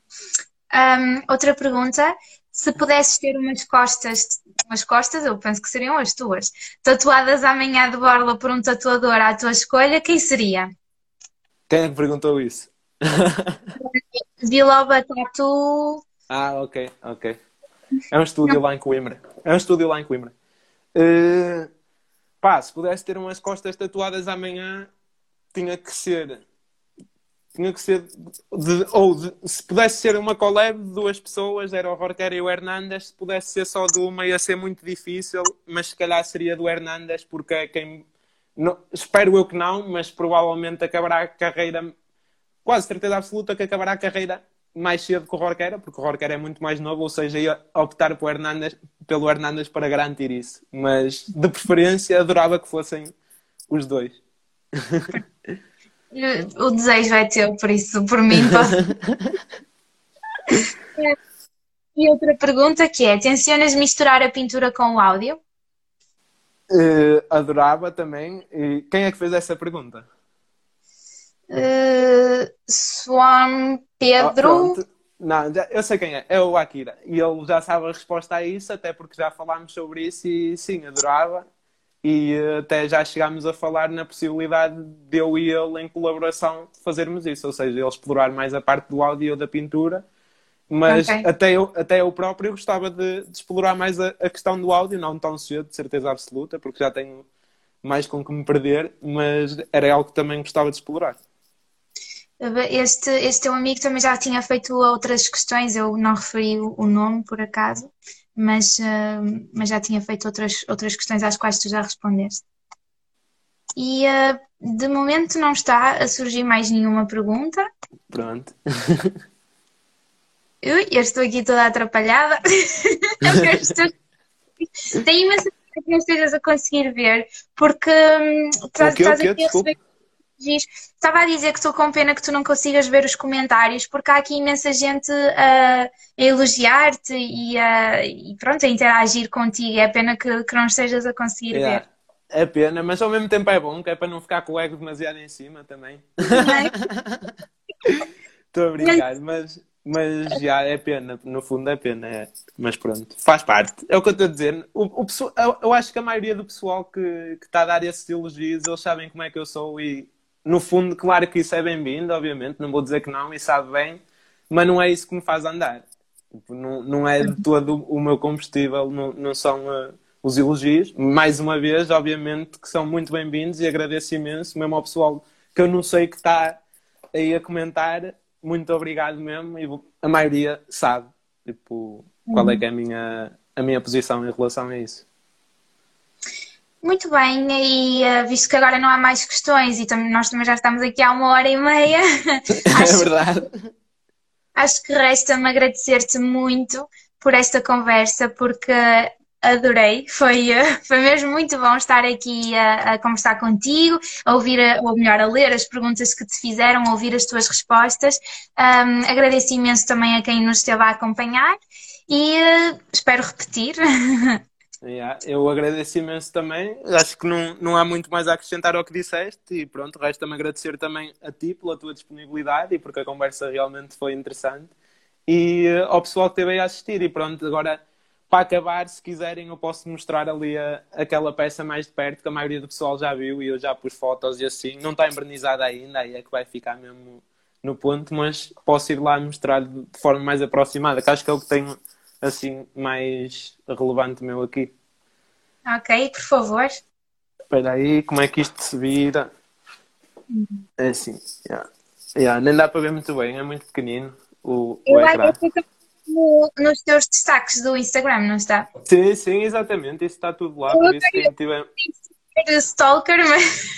Hum, outra pergunta: se pudesses ter umas costas, umas costas, eu penso que seriam as tuas, tatuadas amanhã de borla por um tatuador à tua escolha, quem seria? Quem é que perguntou isso? Biloba Tatu. Ah, ok, ok. É um estúdio lá em Coimbra. É um estúdio lá em Coimbra. Uh, Pá, se pudesse ter umas costas tatuadas amanhã, tinha que ser. Tinha que ser. De, ou de- se pudesse ser uma collab de duas pessoas, era o Jorquera e o Hernandes. Se pudesse ser só de uma, ia ser muito difícil, mas se calhar seria do Hernandes, porque é quem. Não, espero eu que não, mas provavelmente acabará a carreira. Quase certeza absoluta que acabará a carreira mais cedo que o Jorquera, porque o Jorquera é muito mais novo, ou seja, ia optar pelo Hernández, pelo Hernández para garantir isso. Mas, de preferência, adorava que fossem os dois. O desejo é teu, por isso, por mim, posso. E outra pergunta que é: tencionas misturar a pintura com o áudio? Uh, adorava também. E quem é que fez essa pergunta? Uh, Swan Oh, Pedro. pronto. Não, já- eu sei quem é. É o Akira. E ele já sabe a resposta a isso, até porque já falámos sobre isso e sim, adorava. E eh, até já chegámos a falar na possibilidade de eu e ele, em colaboração, fazermos isso. Ou seja, ele explorar mais a parte do áudio e eu da pintura. Mas Ok. até eu, até eu próprio gostava de, de explorar mais a, a questão do áudio, não tão cedo, de certeza absoluta, porque já tenho mais com que me perder, mas era algo que também gostava de explorar. Este, este teu amigo também já tinha feito outras questões, eu não referi o o nome por acaso, mas, ah, mas já tinha feito outras, outras questões às quais tu já respondeste. E ah, de momento não está a surgir mais nenhuma pergunta. Pronto. Ui, eu estou aqui toda atrapalhada. Eu estou- Tenho imensa pena que não estejas a conseguir ver, porque hum, O estás, quê? O estás quê? aqui a receber. Desculpe. Diz, estava a dizer que estou com pena que tu não consigas ver os comentários, porque há aqui imensa gente a, a elogiar-te e, a, e pronto, a interagir contigo. É pena que, que não estejas a conseguir ver. Yeah. É pena, mas ao mesmo tempo é bom, que é para não ficar com o ego demasiado em cima também. Mas, Estou a mas, brincar, mas, mas já é pena, no fundo é pena, é. Mas pronto, faz parte. É o que eu estou a dizer. O, o pessoal, eu, eu acho que a maioria do pessoal que, que está a dar esses elogios, eles sabem como é que eu sou e, no fundo, claro que isso é bem-vindo, obviamente, não vou dizer que não, e sabe bem, mas não é isso que me faz andar. Tipo, Não, não é de todo o meu combustível, não, não são uh, os elogios. Mais uma vez, obviamente, que são muito bem-vindos e agradeço imenso, mesmo ao pessoal que eu não sei que está aí a comentar. Muito obrigado mesmo, e a maioria sabe, tipo, qual é que é a minha, a minha posição em relação a isso. muito bem, e eh, visto que agora não há mais questões e tam- nós também já estamos aqui há uma hora e meia, É acho verdade. Acho que resta-me agradecer-te muito por esta conversa, porque adorei. Foi, eh, foi mesmo muito bom estar aqui a, a conversar contigo, a ouvir, a- ou melhor, a ler as perguntas que te fizeram, a ouvir as tuas respostas. Ahm, agradeço imenso também a quem nos esteve a acompanhar e eh, espero repetir. Yeah, eu agradeço imenso também. Acho que não, não há muito mais a acrescentar ao que disseste e pronto, resta-me agradecer também a ti pela tua disponibilidade e porque a conversa realmente foi interessante e eh, ao pessoal que esteve aí a assistir e pronto, agora para acabar, se quiserem eu posso mostrar ali a, aquela peça mais de perto que a maioria do pessoal já viu e eu já pus fotos e assim, não está embernizada ainda, aí é que vai ficar mesmo no ponto, mas posso ir lá mostrar de forma mais aproximada, que acho que é o que tenho assim mais relevante meu aqui. Ok, por favor. Espera aí, como é que isto se vira? É assim, yeah. Yeah, nem dá para ver muito bem, é muito pequenino o, o Eu acho ecrã. que fica no- nos teus destaques do Instagram, não está? Sim, sim, exatamente, isso está tudo lá, Eu por não isso queria quem tiver... ser stalker, mas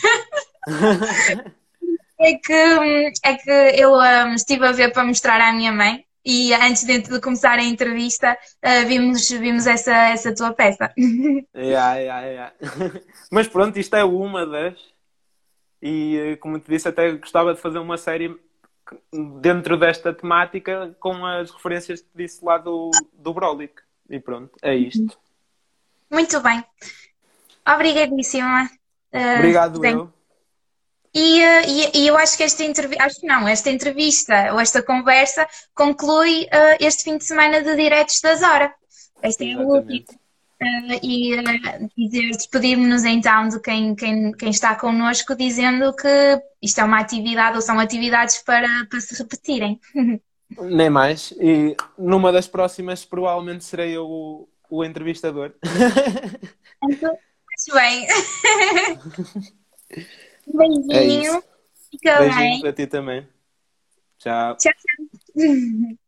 É que, hum, é que eu hum, estive a ver para mostrar à minha mãe e antes de, de começar a entrevista uh, vimos, vimos essa, essa tua peça. Yeah, yeah, yeah. Mas pronto, isto é uma das. E eh, como te disse, até gostava de fazer uma série dentro desta temática com as referências que te disse lá do, do Brolic. E pronto, é isto. Muito bem. Obrigadíssima. Uh, Obrigado, bem. eu. E, uh, e, e eu acho que esta entrevista, acho que não, esta entrevista ou esta conversa conclui uh, este fim de semana de Diretos da Zora. Esta é a última. Exatamente. Uh, e uh, dizer, despedirmos-nos então de quem, quem, quem está connosco, dizendo que isto é uma atividade ou são atividades para, para se repetirem. Nem mais. E numa das próximas, provavelmente serei eu o, o entrevistador. Muito bem. Um É isso. beijinho, fica Beijinho bem. para ti também. Tchau. Tchau, tchau.